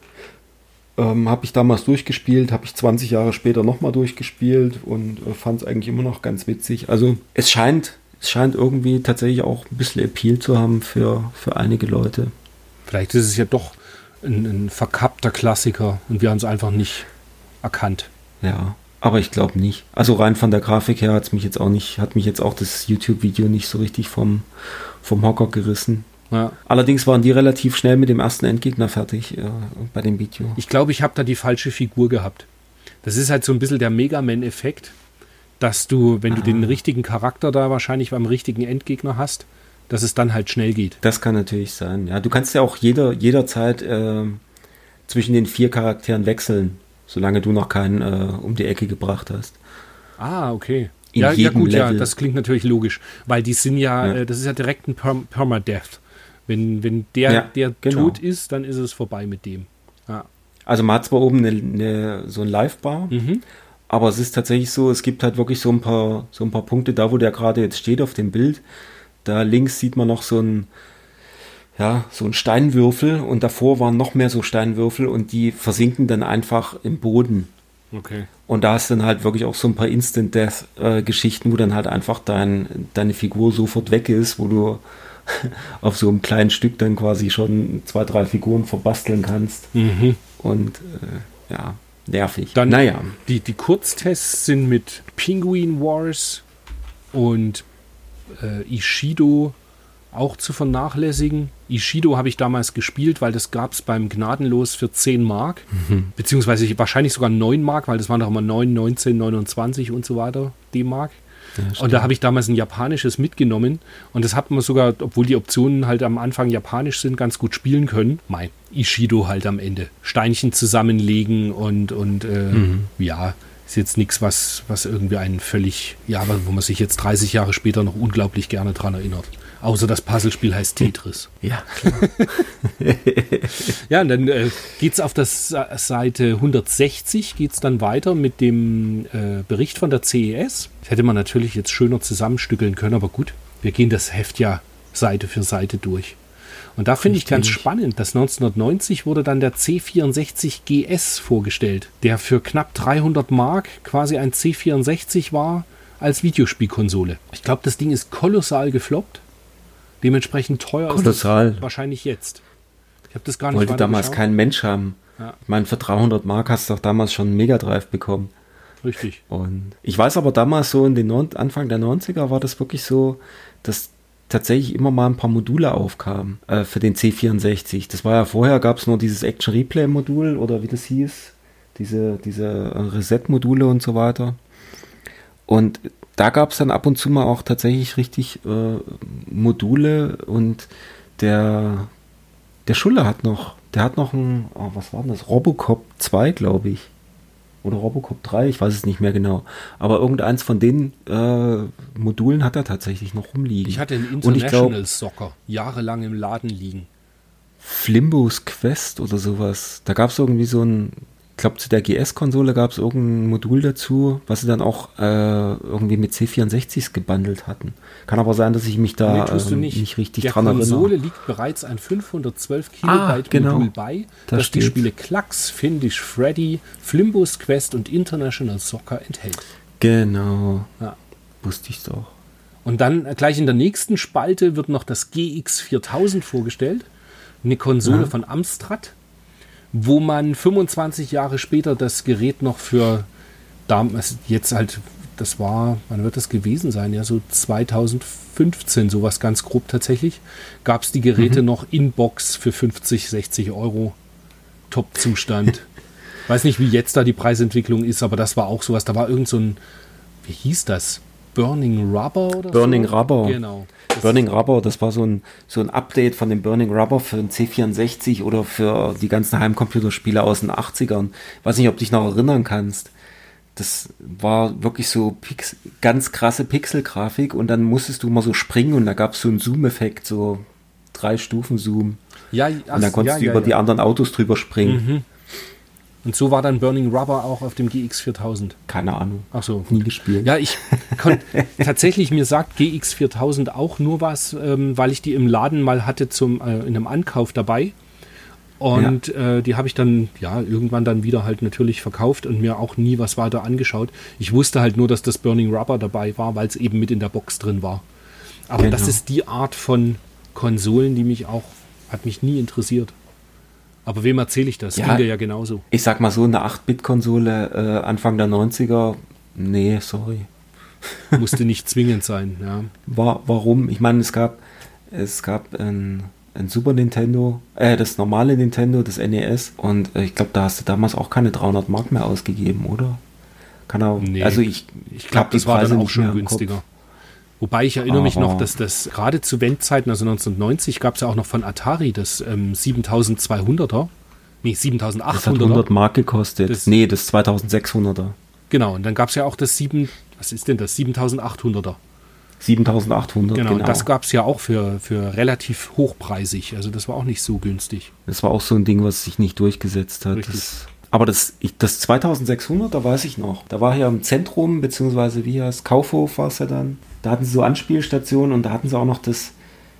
Ähm, habe ich damals durchgespielt, habe ich zwanzig Jahre später nochmal durchgespielt und äh, fand es eigentlich immer noch ganz witzig. Also es scheint, es scheint irgendwie tatsächlich auch ein bisschen Appeal zu haben für, für einige Leute. Vielleicht ist es ja doch ein, ein verkappter Klassiker und wir haben es einfach nicht erkannt. Ja, aber ich glaube nicht. Also rein von der Grafik her hat's mich jetzt auch nicht, hat mich jetzt auch das YouTube-Video nicht so richtig vom, vom Hocker gerissen. Ja. Allerdings waren die relativ schnell mit dem ersten Endgegner fertig äh, bei dem Video. Ich glaube, ich habe da die falsche Figur gehabt. Das ist halt so ein bisschen der Mega Man-Effekt, dass du, wenn ah. du den richtigen Charakter da wahrscheinlich beim richtigen Endgegner hast, dass es dann halt schnell geht. Das kann natürlich sein. Ja, du kannst ja auch jeder, jederzeit äh, zwischen den vier Charakteren wechseln, solange du noch keinen äh, um die Ecke gebracht hast. Ah, okay. In ja, jedem ja gut, Level. Ja, das klingt natürlich logisch, weil die sind ja, ja. Äh, das ist ja direkt ein Perm- Permadeath. Wenn, wenn der, ja, der genau. tot ist, dann ist es vorbei mit dem. Ja. Also man hat zwar oben eine, eine, so ein Live-Bar, mhm. aber es ist tatsächlich so, es gibt halt wirklich so ein paar, so ein paar Punkte, da wo der gerade jetzt steht auf dem Bild, da links sieht man noch so ein, ja, so ein Steinwürfel und davor waren noch mehr so Steinwürfel und die versinken dann einfach im Boden. Okay. Und da hast du dann halt wirklich auch so ein paar Instant-Death-Geschichten, wo dann halt einfach dein, deine Figur sofort weg ist, wo du auf so einem kleinen Stück dann quasi schon zwei, drei Figuren verbasteln kannst. Mhm. Und äh, ja, nervig. Dann naja. Die, die Kurztests sind mit Penguin Wars und äh, Ishido auch zu vernachlässigen. Ishido habe ich damals gespielt, weil das gab es beim Gnadenlos für zehn Mark. Mhm. Beziehungsweise wahrscheinlich sogar neun Mark, weil das waren doch immer neun, neunzehn, neunundzwanzig und so weiter, D-Mark. Ja, und da habe ich damals ein japanisches mitgenommen und das hat man sogar, obwohl die Optionen halt am Anfang japanisch sind, ganz gut spielen können. Mein Ishido halt am Ende. Steinchen zusammenlegen und, und äh, mhm. ja, ist jetzt nichts, was, was irgendwie einen völlig, ja, wo man sich jetzt dreißig Jahre später noch unglaublich gerne dran erinnert. Außer das Puzzlespiel heißt Tetris. Ja, ja, und dann äh, geht es auf der Seite hundertsechzig, geht es dann weiter mit dem äh, Bericht von der C E S. Das hätte man natürlich jetzt schöner zusammenstückeln können, aber gut, wir gehen das Heft ja Seite für Seite durch. Und da finde ich ganz Richtig. spannend, dass neunzehnhundertneunzig wurde dann der C vierundsechzig G S vorgestellt, der für knapp dreihundert Mark quasi ein C vierundsechzig war als Videospielkonsole. Ich glaube, das Ding ist kolossal gefloppt. Dementsprechend teuer Kolossal. ist es wahrscheinlich jetzt. Ich habe das gar nicht Wollte weiter damals geschaut. kein Mensch haben. Ja. Ich meine, für dreihundert Mark hast du doch damals schon einen Mega Drive bekommen. Richtig. Und ich weiß aber damals so in den neun- Anfang der neunziger war das wirklich so, dass tatsächlich immer mal ein paar Module aufkamen äh, für den C vierundsechzig. Das war ja vorher, gab es nur dieses Action Replay Modul oder wie das hieß, diese, diese Reset-Module und so weiter. Und da gab es dann ab und zu mal auch tatsächlich richtig äh, Module und der, der Schulle hat noch, der hat noch ein, oh, was war denn das? Robocop zwei, glaube ich. Oder Robocop drei, ich weiß es nicht mehr genau. Aber irgendeins von den äh, Modulen hat er tatsächlich noch rumliegen. Ich hatte einen Und ich International glaub, Soccer jahrelang im Laden liegen. Flimbos Quest oder sowas. Da gab es irgendwie so ein, ich glaube zu der G S-Konsole gab es irgendein Modul dazu, was sie dann auch äh, irgendwie mit C vierundsechzigs gebundelt hatten. Kann aber sein, dass ich mich da Nee, tust du ähm, nicht. nicht richtig Der dran Konsole erinnere. liegt bereits ein fünfhundertzwölf Ah, Kilobyte genau. Modul bei, Da das die steht's. Spiele Klacks, Findish Freddy, Flimbos Quest und International Soccer enthält. Genau. Ja. Wusste ich doch. Und dann äh, gleich in der nächsten Spalte wird noch das G X viertausend vorgestellt, eine Konsole Ja. von Amstrad, wo man fünfundzwanzig Jahre später das Gerät noch für damals, jetzt halt, das war, wann wird das gewesen sein? Ja, so zweitausendfünfzehn, sowas ganz grob tatsächlich, gab es die Geräte Mhm. noch in Box für fünfzig, sechzig Euro. Top-Zustand. Weiß nicht, wie jetzt da die Preisentwicklung ist, aber das war auch sowas. Da war irgend so ein, wie hieß das? Burning Rubber oder Burning so? Rubber. Genau. Das- Burning Rubber, das war so ein, so ein Update von dem Burning Rubber für den C vierundsechzig oder für die ganzen Heimcomputerspiele aus den achtzigern. Weiß nicht, ob du dich noch erinnern kannst. Das war wirklich so Pix, ganz krasse Pixelgrafik und dann musstest du mal so springen und da gab es so einen Zoom-Effekt, so drei Stufen Zoom. Ja, Und dann konntest ja, du ja, über ja. die anderen Autos drüber springen. Mhm. Und so war dann Burning Rubber auch auf dem G X viertausend. Keine Ahnung. Ach so. Nie gespielt. Ja, ich konnte tatsächlich, mir sagt G X viertausend auch nur was, ähm, weil ich die im Laden mal hatte zum äh, in einem Ankauf dabei. Und äh, die habe ich dann, ja, irgendwann dann wieder halt natürlich verkauft und mir auch nie was weiter angeschaut. Ich wusste halt nur, dass das Burning Rubber dabei war, weil es eben mit in der Box drin war. Aber Genau. das ist die Art von Konsolen, die mich auch, hat mich nie interessiert. Aber wem erzähle ich das? Ja. Ging dir ja genauso. Ich sag mal so, eine acht-Bit-Konsole äh, Anfang der neunziger, nee, sorry. Musste nicht zwingend sein, ja. War, warum? Ich meine, es gab, es gab ein, ein Super Nintendo, äh, das normale Nintendo, das N E S und äh, ich glaube, da hast du damals auch keine dreihundert Mark mehr ausgegeben, oder? Kann auch, Nee. also ich, Ich glaube, hab die das war Preise dann auch nicht mehr schon im Kopf. günstiger. Wobei ich erinnere mich Aber- noch, dass das gerade zu Wendzeiten, also neunzehnhundertneunzig, gab es ja auch noch von Atari das ähm, siebentausendzweihunderter. Nee, Das hat siebentausendachthunderter. hundert Mark gekostet. Das- nee, das zweitausendsechshunderter. Genau, und dann gab es ja auch das sieben, was ist denn das? siebentausendachthunderter. siebentausendachthundert, Genau, genau. und das gab es ja auch für, für relativ hochpreisig. Also das war auch nicht so günstig. Das war auch so ein Ding, was sich nicht durchgesetzt hat. Richtig. Das, aber das, ich, das zweitausendsechshundert, da weiß ich noch. Da war hier im Zentrum, beziehungsweise wie heißt Kaufhof war es ja dann. Da hatten sie so Anspielstationen und da hatten sie auch noch das,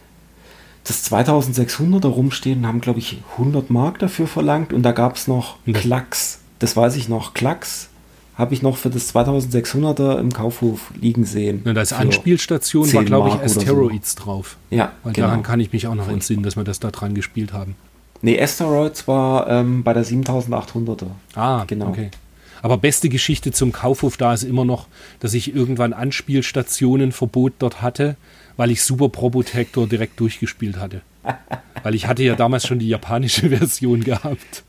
das zweitausendsechshunderter rumstehen und haben, glaube ich, hundert Mark dafür verlangt. Und da gab es noch Ja. Klacks. Das weiß ich noch. Klacks habe ich noch für das zweitausendsechshunderter im Kaufhof liegen sehen. Und als Für Anspielstation war, zehn glaube ich, Mark oder so. Asteroids drauf. Ja, Weil genau. daran kann ich mich auch noch entsinnen, dass wir das da dran gespielt haben. Nee, Asteroids war ähm, bei der siebentausendachthunderter. Ah, Genau. okay. Aber beste Geschichte zum Kaufhof da ist immer noch, dass ich irgendwann Anspielstationenverbot dort hatte, weil ich Super Probotector direkt durchgespielt hatte. Weil ich hatte ja damals schon die japanische Version gehabt.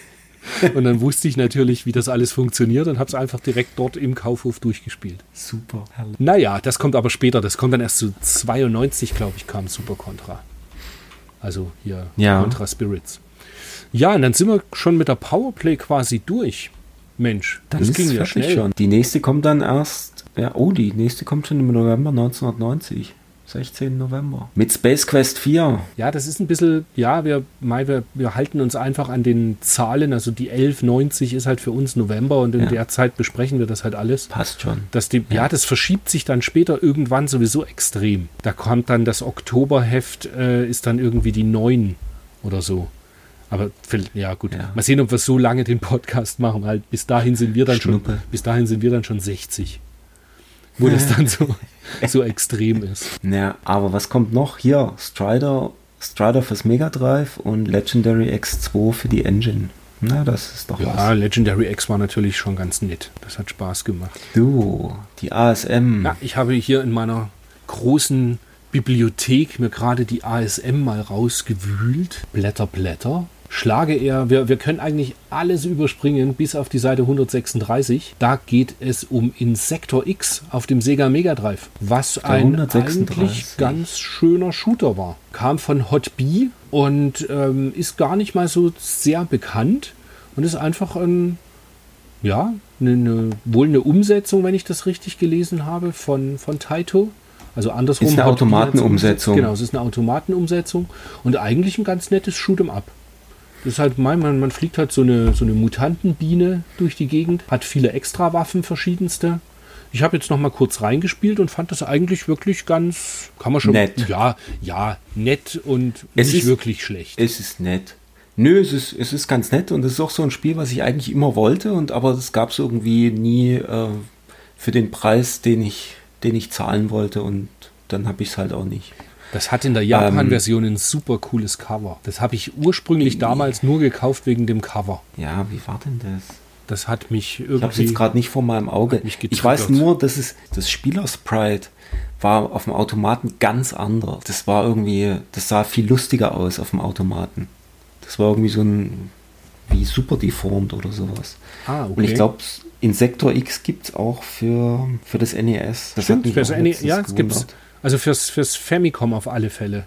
Und dann wusste ich natürlich, wie das alles funktioniert und habe es einfach direkt dort im Kaufhof durchgespielt. Super. Herrlich. Naja, das kommt aber später. Das kommt dann erst zu zweiundneunzig, glaube ich, kam Super Contra. Also hier Ja. Contra Spirits. Ja, und dann sind wir schon mit der Powerplay quasi durch. Mensch, Dann das ist ging es ja fertig schnell. schon. Die nächste kommt dann erst, ja, oh, die nächste kommt schon im November neunzehnhundertneunzig. sechzehnten November. Mit Space Quest vier. Ja, das ist ein bisschen, ja, wir, wir, wir halten uns einfach an den Zahlen, also die elf neunzig ist halt für uns November und in ja. der Zeit besprechen wir das halt alles. Passt schon. Dass die, ja. ja, das verschiebt sich dann später irgendwann sowieso extrem. Da kommt dann das Oktoberheft, äh, ist dann irgendwie die neun oder so. Aber ja gut, ja. mal sehen, ob wir so lange den Podcast machen, halt bis dahin sind wir dann Schnuppe. schon, bis dahin sind wir dann schon sechzig. Wo das dann so, so extrem ist. Ja, aber was kommt noch? Hier, Strider, Strider fürs Mega Drive und Legendary X zwei für die Engine. Na, das ist doch ja, was. Ja, Legendary X war natürlich schon ganz nett. Das hat Spaß gemacht. Du, die A S M. Ja, ich habe hier in meiner großen Bibliothek mir gerade die A S M mal rausgewühlt. Blätter, Blätter. Schlage er, wir, wir können eigentlich alles überspringen bis auf die Seite hundertsechsunddreißig. Da geht es um Insector X auf dem Sega Mega Drive, was ein eigentlich ganz schöner Shooter war. Kam von Hot B und ähm, ist gar nicht mal so sehr bekannt und ist einfach ein, ja, eine, eine, wohl eine Umsetzung, wenn ich das richtig gelesen habe, von, von Taito. Also andersrum. Ist eine Automatenumsetzung. Genau, es ist eine Automatenumsetzung und eigentlich ein ganz nettes Shoot'em Up. Das ist halt, man, man fliegt halt so eine, so eine Mutantenbiene durch die Gegend, hat viele Extrawaffen, verschiedenste. Ich habe jetzt noch mal kurz reingespielt und fand das eigentlich wirklich ganz, kann man schon, nett. Ja, ja, nett und es nicht ist, wirklich schlecht. Es ist nett. Nö, es ist, es ist ganz nett und es ist auch so ein Spiel, was ich eigentlich immer wollte, und aber das gab es irgendwie nie äh, für den Preis, den ich, den ich zahlen wollte, und dann habe ich es halt auch nicht. Das hat in der Japan-Version ähm, ein super cooles Cover. Das habe ich ursprünglich damals nur gekauft wegen dem Cover. Ja, wie war denn das? Das hat mich irgendwie... Ich habe es jetzt gerade nicht vor meinem Auge. Ich weiß nur, dass es das Spieler-Sprite war auf dem Automaten ganz anders. Das war irgendwie, das sah viel lustiger aus auf dem Automaten. Das war irgendwie so ein, wie super deformed oder sowas. Ah, okay. Und ich glaube, Insector X gibt es auch für, für das N E S. Das Stimmt, für das N E S, ja, es gibt es. Also fürs, fürs Famicom auf alle Fälle.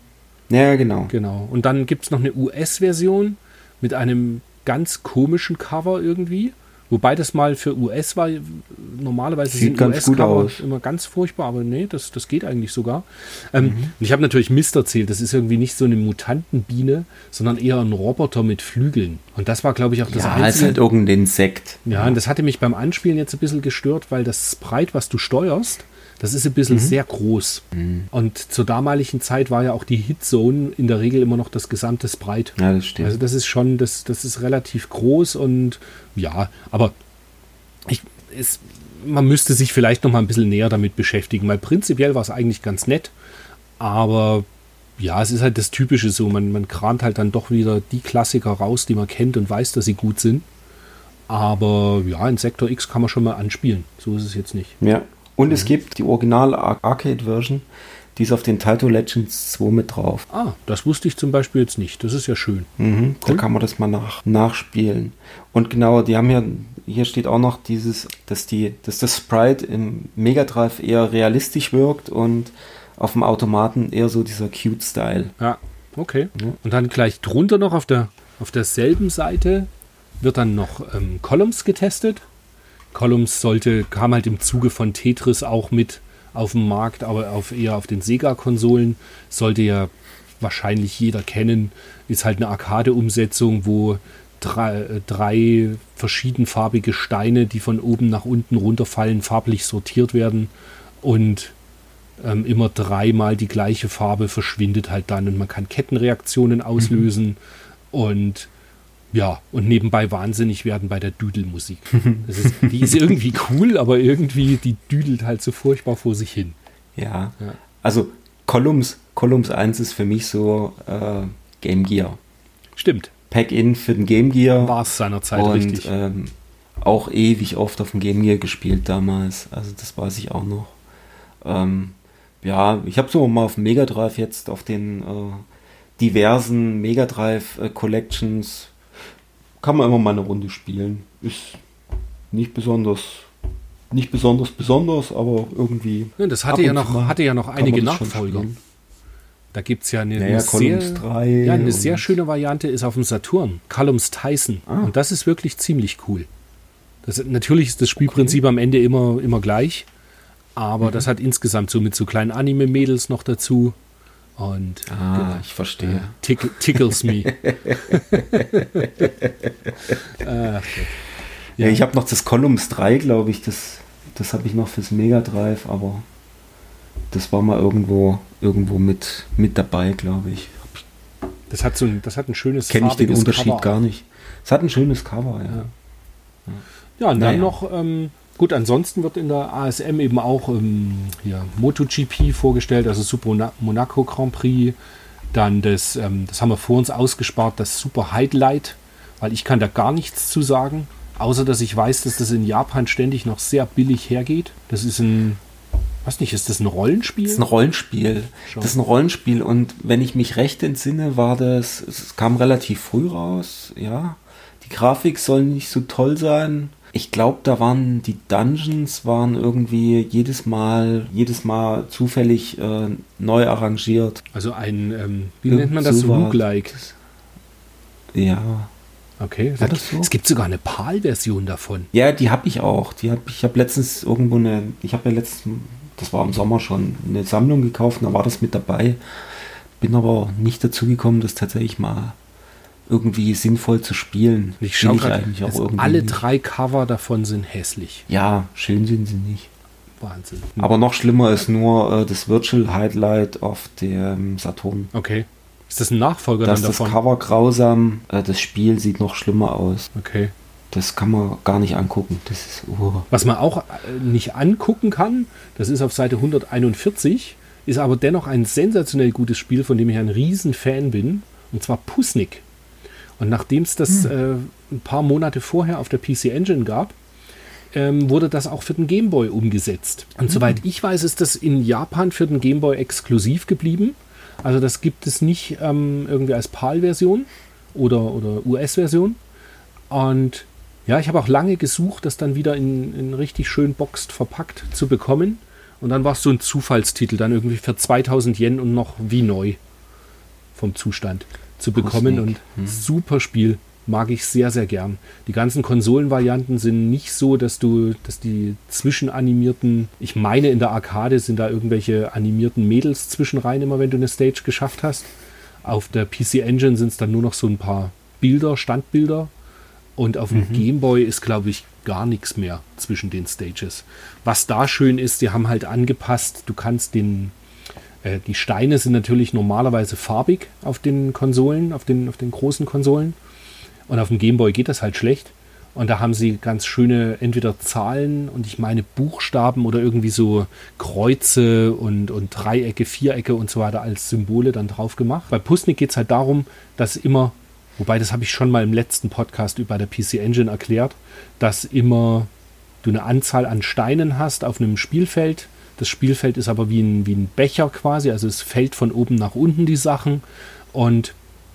Ja, genau. Genau. Und dann gibt es noch eine U S-Version mit einem ganz komischen Cover irgendwie. Wobei das mal für U S war, normalerweise Sieht sind U S-Cover immer ganz furchtbar, aber nee, das, das geht eigentlich sogar. Ähm, mhm. Und ich habe natürlich Mist erzählt, das ist irgendwie nicht so eine Mutantenbiene, sondern eher ein Roboter mit Flügeln. Und das war, glaube ich, auch das ja, Einzige. Ja, ist halt irgendein Insekt. Ja, ja, und das hatte mich beim Anspielen jetzt ein bisschen gestört, weil das Sprite, was du steuerst, das ist ein bisschen mhm. sehr groß. Mhm. Und zur damaligen Zeit war ja auch die Hitzone in der Regel immer noch das gesamte Sprite. Ja, das stimmt. Also das ist schon, das, das ist relativ groß und ja, aber ich, es, man müsste sich vielleicht noch mal ein bisschen näher damit beschäftigen, weil prinzipiell war es eigentlich ganz nett, aber ja, es ist halt das Typische so, man, man kramt halt dann doch wieder die Klassiker raus, die man kennt und weiß, dass sie gut sind. Aber ja, Insector X kann man schon mal anspielen. So ist es jetzt nicht. Ja. Und mhm. es gibt die Original-Arcade-Version, die ist auf den Taito Legends zwei mit drauf. Ah, das wusste ich zum Beispiel jetzt nicht. Das ist ja schön. Mhm, cool. Da kann man das mal nach, nachspielen. Und genau, die haben ja, hier steht auch noch dieses, dass, die, dass das Sprite im Mega Drive eher realistisch wirkt und auf dem Automaten eher so dieser Cute-Style. Ja, okay. Ja. Und dann gleich drunter noch auf der auf derselben Seite wird dann noch ähm, Columns getestet. Columns sollte, kam halt im Zuge von Tetris auch mit auf den Markt, aber auf eher auf den Sega-Konsolen. Sollte ja wahrscheinlich jeder kennen. Ist halt eine Arcade-Umsetzung, wo drei, äh, drei verschiedenfarbige Steine, die von oben nach unten runterfallen, farblich sortiert werden und ähm, immer dreimal die gleiche Farbe verschwindet halt dann und man kann Kettenreaktionen auslösen mhm. und ja, und nebenbei wahnsinnig werden bei der Düdelmusik. Das ist, die ist irgendwie cool, aber irgendwie, die düdelt halt so furchtbar vor sich hin. Ja, ja. Also Columns, Columns eins ist für mich so äh, Game Gear. Stimmt. Pack-In für den Game Gear. War es seinerzeit und, richtig. Ähm, auch ewig oft auf dem Game Gear gespielt damals. Also das weiß ich auch noch. Ähm, ja, ich habe so mal auf dem Mega Drive jetzt auf den äh, diversen Mega Drive äh, Collections kann man immer mal eine Runde spielen. Ist nicht besonders, nicht besonders besonders, aber irgendwie. Ja, das hatte ja noch, hatte ja noch einige Nachfolger. Da gibt es ja eine, naja, eine, sehr, drei ja, eine sehr schöne Variante, ist auf dem Saturn. Columns Tyson. Ah. Und das ist wirklich ziemlich cool. Das, natürlich ist das Spielprinzip okay. am Ende immer, immer gleich. Aber mhm. das hat insgesamt so mit so kleinen Anime-Mädels noch dazu. Und ah, genau, ich verstehe. Äh, tick, tickles me. Ach, ja. Ja, ich habe noch das Columns drei, glaube ich. Das, das habe ich noch fürs Mega Drive, aber das war mal irgendwo, irgendwo mit, mit dabei, glaube ich. Das hat so ein, das hat ein schönes Kenne ich den Unterschied Cover gar nicht. Es hat ein schönes Cover, ja. Ja, ja. ja und naja. dann noch, ähm, gut, ansonsten wird in der A S M eben auch ähm, hier MotoGP vorgestellt, also Super Monaco Grand Prix. Dann das, ähm, das haben wir vor uns ausgespart, das Super Highlight, weil ich kann da gar nichts zu sagen, außer dass ich weiß, dass das in Japan ständig noch sehr billig hergeht. Das ist ein, weiß nicht, ist das ein Rollenspiel? Das ist ein Rollenspiel. Schon. Das ist ein Rollenspiel und wenn ich mich recht entsinne, war das, es kam relativ früh raus, ja. Die Grafik soll nicht so toll sein. Ich glaube, da waren die Dungeons waren irgendwie jedes Mal, jedes Mal zufällig äh, neu arrangiert. Also ein, ähm, wie Irgend nennt man das? So Roguelike. Ja. Okay. War das so? Es gibt sogar eine PAL-Version davon. Ja, die habe ich auch. Die hab, ich habe letztens irgendwo eine, ich habe ja letztens, das war im Sommer schon, eine Sammlung gekauft, da war das mit dabei. Bin aber nicht dazu gekommen, das tatsächlich mal irgendwie sinnvoll zu spielen. Ich schaue eigentlich auch irgendwie alle nicht. Drei Cover davon sind hässlich. Ja, schön sind sie nicht. Wahnsinn. Aber noch schlimmer ist nur äh, das Virtual Highlight auf dem Saturn. Okay. Ist das ein Nachfolger das dann davon? Das Cover grausam, äh, das Spiel sieht noch schlimmer aus. Okay. Das kann man gar nicht angucken. Das ist, oh. Was man auch äh, nicht angucken kann, das ist auf Seite hunderteinundvierzig, ist aber dennoch ein sensationell gutes Spiel, von dem ich ein Riesenfan bin, und zwar Pusnik. Und nachdem es das hm. äh, ein paar Monate vorher auf der P C Engine gab, ähm, wurde das auch für den Game Boy umgesetzt. Und hm. soweit ich weiß, ist das in Japan für den Game Boy exklusiv geblieben. Also das gibt es nicht ähm, irgendwie als PAL-Version oder, oder U S-Version. Und ja, ich habe auch lange gesucht, das dann wieder in, in richtig schön boxed verpackt zu bekommen. Und dann war es so ein Zufallstitel, dann irgendwie für zweitausend Yen und noch wie neu vom Zustand zu bekommen. Und hm. super Spiel, mag ich sehr, sehr gern. Die ganzen Konsolenvarianten sind nicht so, dass du, dass die zwischenanimierten, ich meine in der Arcade sind da irgendwelche animierten Mädels zwischenrein, immer wenn du eine Stage geschafft hast. Auf der P C Engine sind es dann nur noch so ein paar Bilder, Standbilder. Und auf dem mhm. Game Boy ist, glaube ich, gar nichts mehr zwischen den Stages. Was da schön ist, die haben halt angepasst, du kannst den die Steine sind natürlich normalerweise farbig auf den Konsolen, auf den, auf den großen Konsolen. Und auf dem Gameboy geht das halt schlecht. Und da haben sie ganz schöne entweder Zahlen und ich meine Buchstaben oder irgendwie so Kreuze und, und Dreiecke, Vierecke und so weiter als Symbole dann drauf gemacht. Bei Pusnik geht es halt darum, dass immer, wobei das habe ich schon mal im letzten Podcast über der P C Engine erklärt, dass immer du eine Anzahl an Steinen hast auf einem Spielfeld. Das Spielfeld ist aber wie ein, wie ein Becher quasi, also es fällt von oben nach unten die Sachen und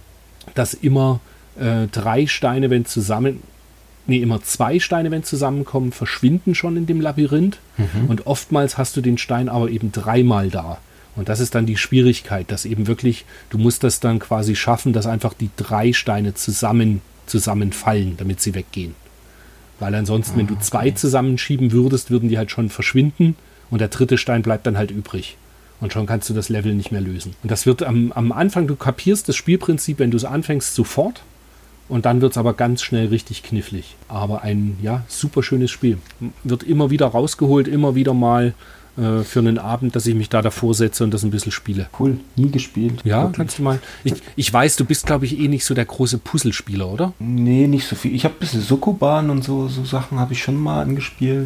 dass immer äh, drei Steine, wenn zusammen, nee, immer zwei Steine, wenn zusammenkommen, verschwinden schon in dem Labyrinth mhm. und oftmals hast du den Stein aber eben dreimal da und das ist dann die Schwierigkeit, dass eben wirklich, du musst das dann quasi schaffen, dass einfach die drei Steine zusammen, zusammenfallen, damit sie weggehen. Weil ansonsten, ah, wenn du zwei okay. zusammenschieben würdest, würden die halt schon verschwinden. Und der dritte Stein bleibt dann halt übrig. Und schon kannst du das Level nicht mehr lösen. Und das wird am, am Anfang, du kapierst das Spielprinzip, wenn du es anfängst, sofort. Und dann wird es aber ganz schnell richtig knifflig. Aber ein, ja, super schönes Spiel. Wird immer wieder rausgeholt, immer wieder mal äh, für einen Abend, dass ich mich da davor setze und das ein bisschen spiele. Cool, nie gespielt. Ja, wirklich. Kannst du mal. Ich, ich weiß, du bist, glaube ich, eh nicht so der große Puzzlespieler, oder? Nee, nicht so viel. Ich habe ein bisschen Sokoban und so, so Sachen habe ich schon mal angespielt.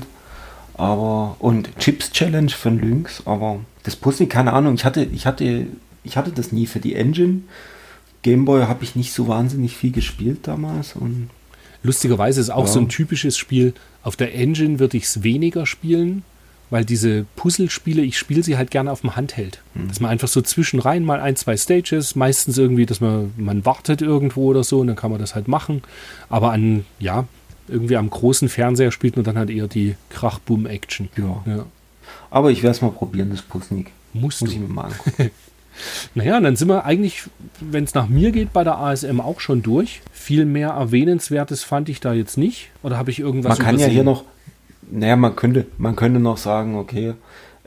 Aber, und Chips Challenge von Lynx, aber das Puzzle, keine Ahnung, ich hatte, ich hatte, ich hatte das nie für die Engine. Gameboy habe ich nicht so wahnsinnig viel gespielt damals. Und lustigerweise ist auch ja. so ein typisches Spiel, auf der Engine würde ich es weniger spielen, weil diese Puzzlespiele, ich spiele sie halt gerne auf dem Handheld. Mhm. Dass man einfach so zwischenrein mal ein, zwei Stages, meistens irgendwie, dass man, man wartet irgendwo oder so und dann kann man das halt machen. Aber an, ja, irgendwie am großen Fernseher spielt man dann halt eher die Krach-Boom-Action. Ja. ja. Aber ich werde es mal probieren, das Pusnik. Musst Muss du. ich mir mal angucken. Naja, und dann sind wir eigentlich, wenn es nach mir geht, bei der A S M auch schon durch. Viel mehr Erwähnenswertes fand ich da jetzt nicht. Oder habe ich irgendwas Man kann übersehen? ja hier noch, naja, man könnte, man könnte noch sagen, okay,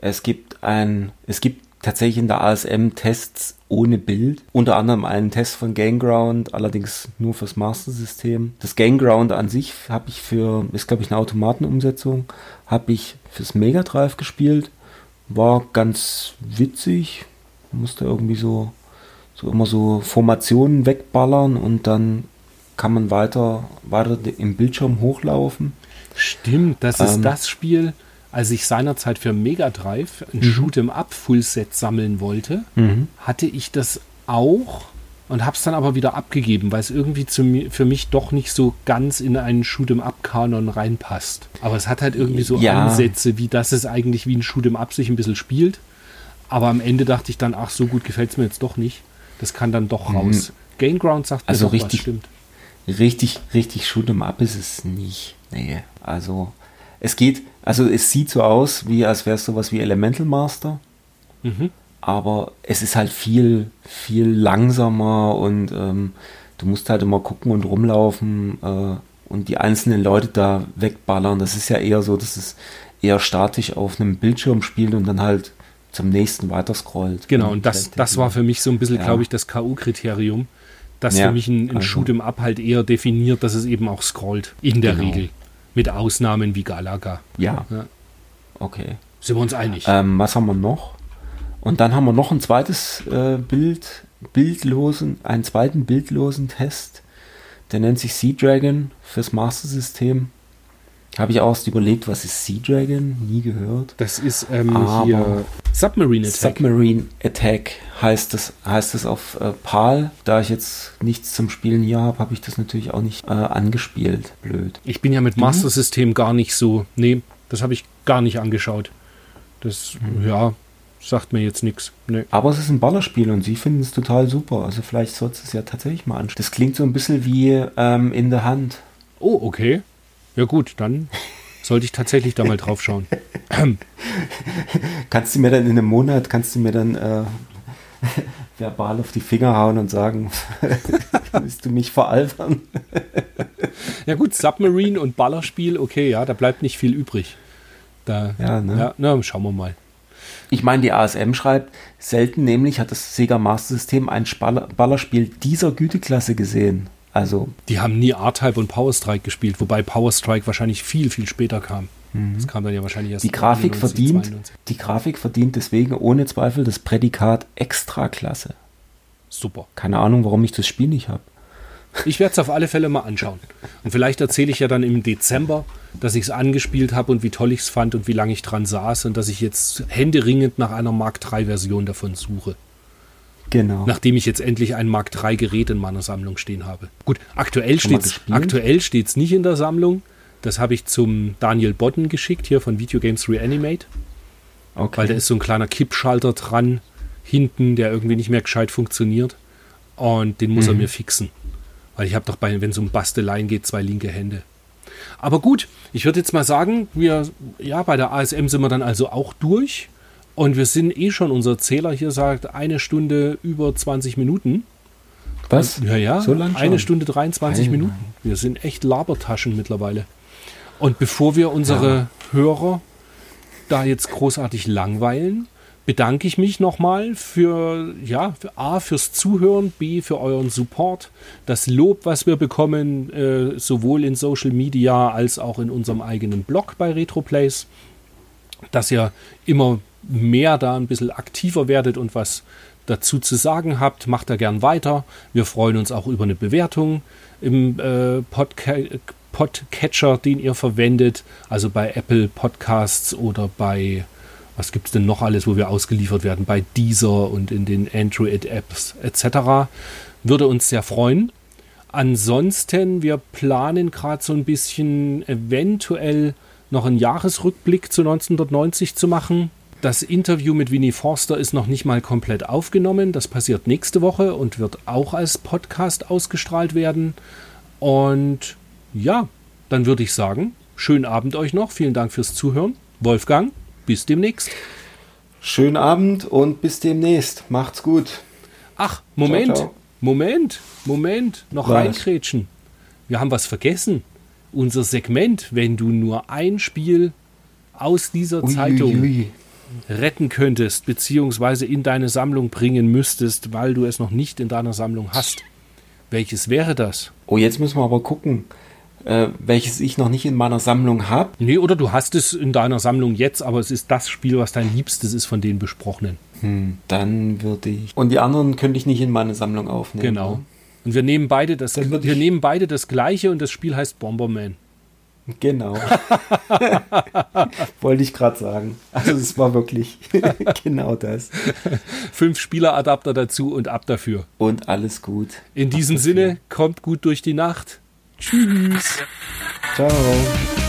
Es gibt ein, es gibt tatsächlich in der A S M Tests ohne Bild. Unter anderem einen Test von Gameground, allerdings nur fürs Master-System. Das Gameground an sich habe ich für, ist glaube ich eine Automatenumsetzung, habe ich fürs Mega Drive gespielt. War ganz witzig. Musste irgendwie so, so immer so Formationen wegballern und dann kann man weiter, weiter im Bildschirm hochlaufen. Stimmt, das ist ähm, das Spiel, als ich seinerzeit für Mega Drive ein mhm. Shoot'em-up Fullset sammeln wollte, mhm. hatte ich das auch und habe es dann aber wieder abgegeben, weil es irgendwie zu mir, für mich doch nicht so ganz in einen Shoot'em-up-Kanon reinpasst. Aber es hat halt irgendwie so ja. Ansätze, wie das es eigentlich wie ein Shoot'em-up sich ein bisschen spielt. Aber am Ende dachte ich dann, ach, so gut gefällt es mir jetzt doch nicht. Das kann dann doch raus. Mhm. Gameground sagt also mir doch, richtig, was stimmt. Richtig, richtig Shoot'em-up ist es nicht. Nee, also es geht, also es sieht so aus, wie als wäre es sowas wie Elemental Master. Mhm. Aber es ist halt viel, viel langsamer und ähm, du musst halt immer gucken und rumlaufen äh, und die einzelnen Leute da wegballern. Das ist ja eher so, dass es eher statisch auf einem Bildschirm spielt und dann halt zum nächsten weiter scrollt. Genau, und das, das war für mich so ein bisschen, ja. glaube ich, das K U-Kriterium, das ja, für mich ein, ein also. Shoot'em-up halt eher definiert, dass es eben auch scrollt. In der genau. Regel. Mit Ausnahmen wie Galaga. Ja. ja. Okay. Sind wir uns einig? Ähm, was haben wir noch? Und dann haben wir noch ein zweites äh, Bild, bildlosen, einen zweiten bildlosen Test. Der nennt sich Sea Dragon fürs Master System. Habe ich auch erst überlegt, was ist Sea Dragon? Nie gehört. Das ist ähm, hier Submarine Attack. Submarine Attack heißt es heißt es auf äh, PAL. Da ich jetzt nichts zum Spielen hier habe, habe ich das natürlich auch nicht äh, angespielt. Blöd. Ich bin ja mit Master System gar nicht so. Nee, das habe ich gar nicht angeschaut. Das, mhm. ja, sagt mir jetzt nichts. Nee. Aber es ist ein Ballerspiel und sie finden es total super. Also vielleicht sollst du es ja tatsächlich mal anschauen. Das klingt so ein bisschen wie ähm, In the Hand. Oh, okay. Ja gut, dann sollte ich tatsächlich da mal drauf schauen. Kannst du mir dann in einem Monat, kannst du mir dann äh, verbal auf die Finger hauen und sagen, willst du mich veralbern? Ja gut, Submarine und Ballerspiel, okay, ja, da bleibt nicht viel übrig. Da, ja, ne? ja, na, schauen wir mal. Ich meine, die A S M schreibt, selten nämlich hat das Sega Master System ein Spaller- Ballerspiel dieser Güteklasse gesehen. Also die haben nie R-Type und Power Strike gespielt, wobei Power Strike wahrscheinlich viel, viel später kam. Mhm. Das kam dann ja wahrscheinlich erst die Grafik verdient, zweiundneunzig. Die Grafik verdient deswegen ohne Zweifel das Prädikat Extraklasse. Super. Keine Ahnung, warum ich das Spiel nicht habe. Ich werde es auf alle Fälle mal anschauen. Und vielleicht erzähle ich ja dann im Dezember, dass ich es angespielt habe und wie toll ich es fand und wie lange ich dran saß und dass ich jetzt händeringend nach einer Mark drei Version davon suche. Genau. Nachdem ich jetzt endlich ein Mark drei Gerät in meiner Sammlung stehen habe. Gut, aktuell steht es nicht in der Sammlung. Das habe ich zum Daniel Bodden geschickt, hier von Video Games Reanimate. Okay. Weil da ist so ein kleiner Kippschalter dran, hinten, der irgendwie nicht mehr gescheit funktioniert. Und den muss mhm. er mir fixen. Weil ich habe doch, bei, wenn es um Basteleien geht, zwei linke Hände. Aber gut, ich würde jetzt mal sagen, wir, ja, bei der A S M sind wir dann also auch durch. Und wir sind eh schon, unser Zähler hier sagt, eine Stunde über zwanzig Minuten. Was? Und, ja, ja, so lang eine Stunde dreiundzwanzig Nein. Minuten. Wir sind echt Labertaschen mittlerweile. Und bevor wir unsere ja. Hörer da jetzt großartig langweilen, bedanke ich mich nochmal für, ja, für A, fürs Zuhören, B, für euren Support, das Lob, was wir bekommen, äh, sowohl in Social Media als auch in unserem eigenen Blog bei RetroPlays, dass ihr immer mehr da ein bisschen aktiver werdet und was dazu zu sagen habt, macht da gern weiter. Wir freuen uns auch über eine Bewertung im äh, Podca- Podcatcher, den ihr verwendet, also bei Apple Podcasts oder bei, was gibt es denn noch alles, wo wir ausgeliefert werden, bei Deezer und in den Android-Apps et cetera. Würde uns sehr freuen. Ansonsten, wir planen gerade so ein bisschen eventuell noch einen Jahresrückblick zu neunzehnhundertneunzig zu machen. Das Interview mit Winnie Forster ist noch nicht mal komplett aufgenommen. Das passiert nächste Woche und wird auch als Podcast ausgestrahlt werden. Und ja, dann würde ich sagen, schönen Abend euch noch. Vielen Dank fürs Zuhören. Wolfgang, bis demnächst. Schönen Abend und bis demnächst. Macht's gut. Ach, Moment, ciao, ciao. Moment, Moment, noch was? Reinkrätschen. Wir haben was vergessen. Unser Segment, wenn du nur ein Spiel aus dieser ui, Zeitung ui, ui. retten könntest, beziehungsweise in deine Sammlung bringen müsstest, weil du es noch nicht in deiner Sammlung hast, welches wäre das? Oh, jetzt müssen wir aber gucken, äh, welches ich noch nicht in meiner Sammlung habe. Nee, oder du hast es in deiner Sammlung jetzt, aber es ist das Spiel, was dein Liebstes ist von den besprochenen. Hm, dann würde ich... Und die anderen könnte ich nicht in meine Sammlung aufnehmen. Genau. Und wir nehmen beide das, Dann würd wir ich- nehmen beide das Gleiche und das Spiel heißt Bomberman. Genau. Wollte ich gerade sagen. Also es war wirklich genau das. Fünf Spieleradapter dazu und ab dafür. Und alles gut. In diesem Sinne, kommt gut durch die Nacht. Tschüss. Ciao.